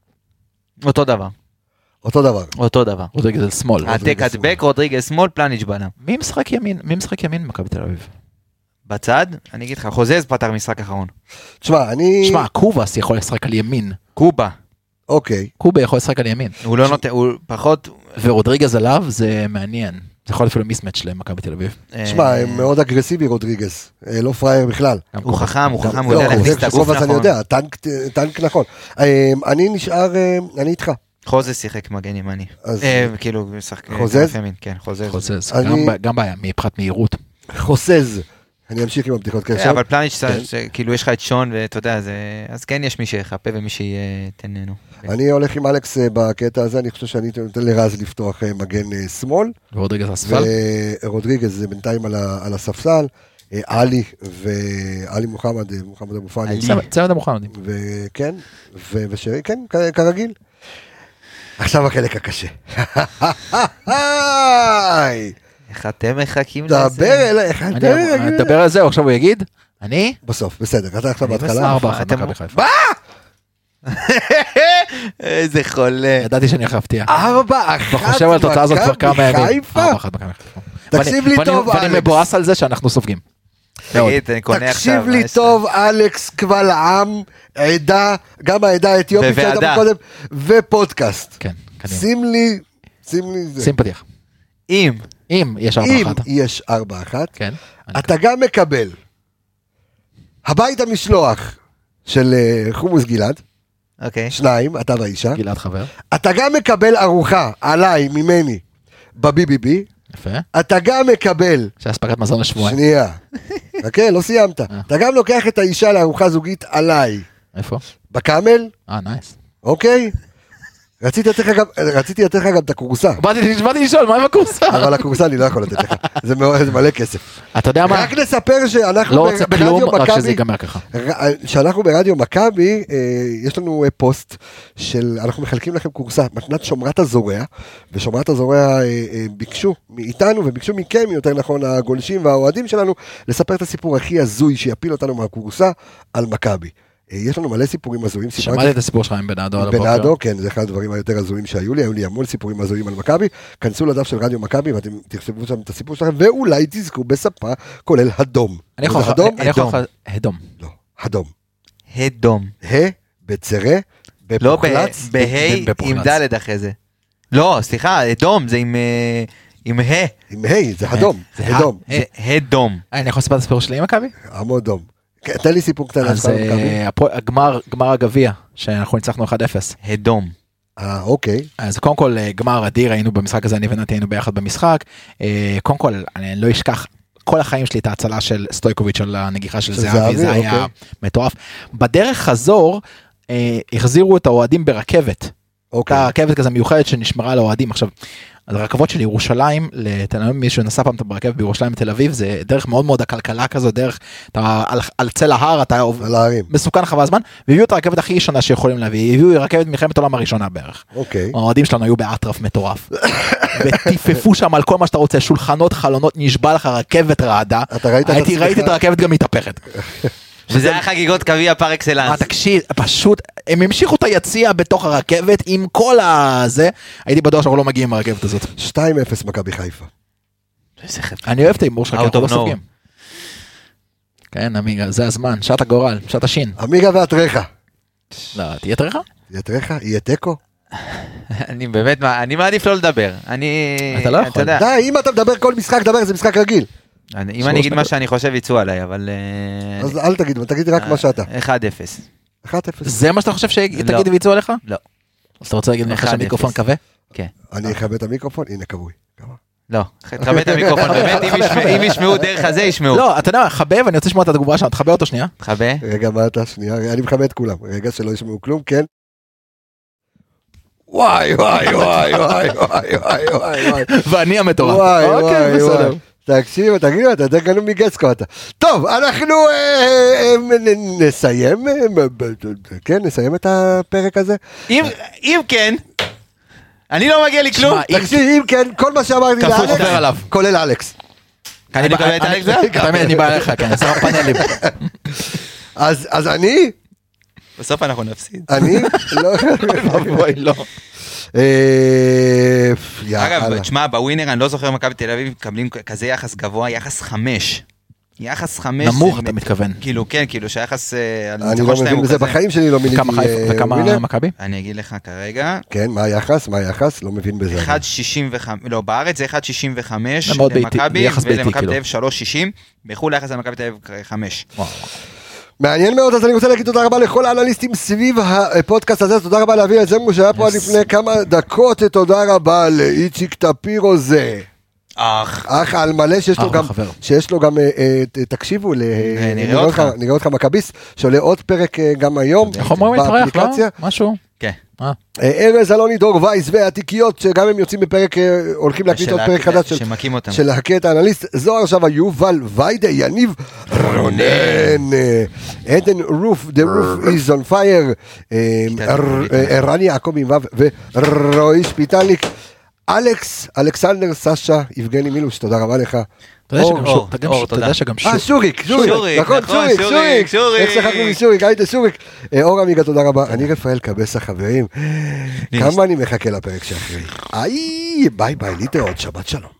אותו דבר. אותו דבר. אותו דבר. רודריגז על שמאל, העתק הדבק, רודריגז שמאל, פלניץ' בלם. מי משחק ימין, מי משחק ימין במכבי תל אביב? בצד, אני אגיד לך, חוזז פתח משחק אחרון. תשמע, אני... שמע, קובאס יכול לשחק על ימין, קובה. אוקיי. קובה יכול לשחק על ימין, הוא לא נותן, הוא פחות... ורודריגז עליו זה מעניין, זה יכול אפילו מיסמץ' למכבי תל אביב. תשמע, אה, הם מאוד אגרסיבי רודריגז. אה, לא פראייר בכלל. הוא חכם, הוא חכם, הוא לא, יודע להכניס את הגוף אז אני נכון. יודע, טנק- טנק נכון. אה, אני נשאר, אה, אני איתך. חוזז שיחק מגן ימני. אז- אה, כאילו, משחק... חוזז? ימין, כן, חוזז. חוזז, אני- גם ב- גם בעיה, מבחינת מהירות. חוסז. אני אמשיך עם הבדיחות כן, כאלה. אבל פלניץ', כן. זה- כאילו יש לך את שון ואתה יודע, זה- אז כן יש מי שיחפה ומי שייתן לנו. אני הולך עם אלכס אה, בקטע הזה, אני חושב שאני נותן לרז לפתוח אה, מגן אה, שמאל. ורודריגז אספל. ורודריגז זה בינתיים על ה- על הספסל. אה, עלי ועלי מוחמד, אה, מוחמד אבו פאני. עלי. צמד- צמד המוחמדים. וכן, ו- ושרי, כן, כ- כרגיל. עכשיו החלק הקשה. איך אתם מחכים לזה? דבר אליי, איך אני אתה... אדבר על זה, עכשיו הוא יגיד, אני? בסוף, בסדר, אתה עכשיו אני בהתחלה. ארבע אחת אתם- מכבי חיפה. איזה חולה. ידעתי שאני הולך להפתיע. ארבע, אחת, כבר חושב על התוצאה הזאת כבר כמה ימים. חיפה? ארבע אחת מכבי חיפה. תקשיב ואני- לי ואני- טוב, ואני אלכס. מבואס על זה שאנחנו סופגים. מאוד. תגיד, אני קונה עכשיו. תקשיב לי מה יש טוב, אלכס קבל עם, עדה, גם העדה האתיופית שהייתה וועדה. קודם, ופודקאסט. כן, קדימה. שים לי, שים לי זה. שים פתיח. אם. אם יש ארבע אם אחת. יש ארבע אחת, כן. אני- אתה גם מקבל הבית המשלוח של אה, חומוס גלעד, אוקיי. שניים, אתה והאישה. גלעד חבר. אתה גם מקבל ארוחה עליי, ממני, ב-בי בי בי. יפה. אתה גם מקבל, שאספקת מזון לשבועיים. שנייה, חכה, לא סיימת. אתה גם לוקח את האישה לארוחה זוגית עליי, איפה? בקאמל, אה, נייס. אוקיי? רציתי לתת לך גם, רציתי לתת לך גם את הקורסה, באתי באתי לשאול, מה עם הקורסה? אבל הקורסה אני לא יכול לתת לך, זה מאוד- זה מלא כסף. אתה יודע מה? רק נספר שאנחנו לא רוצה ב- ברדיו כלום, רק שזה מכבי, ייגמר ככה. ר- שאנחנו ברדיו מכבי, אה, יש לנו אה, פוסט של, אנחנו מחלקים לכם קורסה, מתנת שומרת הזורע, ושומרת הזורע אה, אה, ביקשו מאיתנו, וביקשו מכם, יותר נכון, הגולשים והאוהדים שלנו, לספר את הסיפור הכי הזוי שיפיל אותנו מהקורסה על מכבי. אה, יש לנו מלא סיפורים הזויים, סיפרתי- שמעתי את הסיפור שלך עם בנאדו על הבוקר. בנאדו, כן, זה אחד הדברים היותר הזויים שהיו לי, היו לי המון סיפורים הזויים על מכבי, כנסו לדף של רדיו מכבי ואתם תכתבו שם את הסיפור שלכם, ואולי תזכו בספה כולל הדום. אני יכול זה לך, הדום? אני יכול לך, הדום. לא, הדום. הדום. ה, בצרה, לא, בפוחלץ, בה' בפוחלץ. עם ד' אחרי זה. לא, סליחה, אדום זה עם... אה, עם ה'. עם ה', זה הדום, זה הדום, זה הדום. אני יכול לספר את הסיפור שלי עם מכבי? עמוד דום. כן, תן לי סיפור קטן. אז שלך על מכבי. אה, הפועל- הגמר, גמר הגביע, שאנחנו ניצחנו אחד אפס. הדום. אה, אוקיי. אז קודם כל אה, גמר אדיר, היינו במשחק הזה, אני ונתי היינו ביחד במשחק. אה, קודם כל, אני לא אשכח כל החיים שלי את ההצלה של סטויקוביץ' על הנגיחה של של זהבי, זהבי, זה היה אוקיי. מטורף. בדרך חזור, אה, החזירו את האוהדים ברכבת. אוקיי. הייתה רכבת כזה מיוחדת שנשמרה לאוהדים. עכשיו, אז הרכבות של ירושלים לתל אביב, מי שנסע פעם ברכבת בירושלים לתל אביב, זה דרך מאוד מאוד הכלכלה כזו, דרך, אתה על, על צל ההר, אתה על ההרים. מסוכן חווה זמן, והביאו את הרכבת הכי ישנה שיכולים להביא, הביאו רכבת מלחמת העולם הראשונה בערך. אוקיי. האוהדים שלנו היו באטרף מטורף. וטיפפו שם על כל מה שאתה רוצה, שולחנות, חלונות, נשבע לך, רכבת רעדה. אתה ראית את הייתי, עצמך? ראיתי את הרכבת גם מתהפכת. שזה היה חגיגות קביע פר אקסלנס. מה, תקשיב, פשוט, הם המשיכו את היציאה בתוך הרכבת עם כל הזה, הייתי בטוח שאנחנו לא מגיעים מהרכבת הזאת. שתיים אפס מכבי חיפה. אני אוהב את האימור שלך, כי Out אנחנו לא of סופגים. כן, עמיגה, זה הזמן, שעת הגורל, שעת השין. עמיגה ואתריך. לא, תהיה תריך? יהיה תריך? יהיה תיקו? אני באמת, אני מעדיף לא לדבר. אני... אתה לא יכול. יודע, די, אם אתה מדבר כל משחק, דבר, זה משחק רגיל. אני- אם אני אגיד מה שאני חושב, יצאו עליי, אבל... אה, אז אל תגיד, תגיד רק מה שאתה. אחד אפס. אחת אפס. זה מה שאתה חושב שתגיד לא. ויצאו עליך? לא. אז אתה רוצה להגיד לך אחד שהמיקרופון אפס. כבה? כן. אני אכבה את המיקרופון, הנה כבוי. לא. תכבד את המיקרופון, באמת, אם ישמעו- אם ישמעו דרך הזה, ישמעו. לא, אתה יודע מה, חבב, אני רוצה לשמוע את התגובה שלך, תחבא אותו שנייה. תכבד. רגע, מה אתה? שנייה, אני מכבה את כולם. רגע, שלא ישמעו כלום, כן? וואי, וואי, וואי, וואי, וואי, וואי, וואי, וואי. ואני המטורף. וואי, אוקיי, וואי, בסדר. וואי. תקשיב, תגידו, אתה יודע גנוב מגצקו אתה. טוב, אנחנו אה, אה, נ- נסיים, אה, ב- ב- כן, נסיים את הפרק הזה. אם אם כן, אני לא מגיע לי כלום. שמע, אם- תקשיב, אם כן, כל מה שאמרתי כפול לאלכס, עובר עליו. כולל אלכס. אני מקבל את אלכס זה? תאמין, אני בא אליך, כן, עשרה פאנלים. אז אז אני, בסוף אנחנו נפסיד. אני, לא, אוי, לא. אה, יאללה. אגב, תשמע, בווינר אני לא זוכר מכבי תל אביב מקבלים כזה יחס גבוה, יחס חמש. יחס חמש. נמוך, זה אתה מת- מתכוון. כאילו, כן, כאילו שהיחס... אה, על אני הניצחון לא שלהם מבין הוא בזה, כזה. בחיים שלי לא מיניתי כמה חיפה אה, וכמה ווינר. מכבי? אני אגיד לך כרגע, כן, מה היחס? מה היחס? לא מבין בזה. אחד שישים וחמש, לא, בארץ זה אחד שישים וחמש זה מאוד ביתי, למכבי, זה יחס ביתי, ולמכבי כאילו. תל אביב שלוש שישים, בחו"ל היחס למכבי תל אביב חמש. מעניין מאוד, אז אני רוצה להגיד תודה רבה לכל האנליסטים סביב הפודקאסט הזה, תודה רבה להביא את זמרו שהיה פה לפני כמה דקות, תודה רבה לאיציק טפירו זה. אך, אח על מלא שיש לו אחלה גם, חבר. שיש לו גם, אה, אה, ת- תקשיבו, ל- נראה אותך. נראה אותך מכביסט, שעולה עוד פרק אה, גם היום, איך אומרים להתארח, לא? באפליקציה. משהו? כן. אה, אה, ארז אלוני, דור וייס והתיקיות, שגם הם יוצאים בפרק, אה, הולכים להקליט עוד של פרק ה- חדש של- שמכים אותם. של להקה את האנליסט, זוהר שווה, יובל ויידה, יניב רונן, אה, עדן רוף, the roof is on fire, אה, ר- אה, רני יעקבי וו ורועי שפיטליק, אלכס, אלכסנדר, סשה, יבגני מילוש, תודה רבה לך. אתה יודע אור, שגם אור, שור- אתה גם- אור, אתה יודע תודה. שגם אה, שור- שוריק, שוריק, שוריק, נכון, נכון, שוריק, שוריק, שוריק, שוריק. איך שכחנו משוריק, הייתה שוריק. אה, אור עמיגה, תודה רבה, אני רפאל קבסה, חברים, כמה אני מחכה לפרק שאחרי. איי, ביי ביי, להתראות, שבת שלום.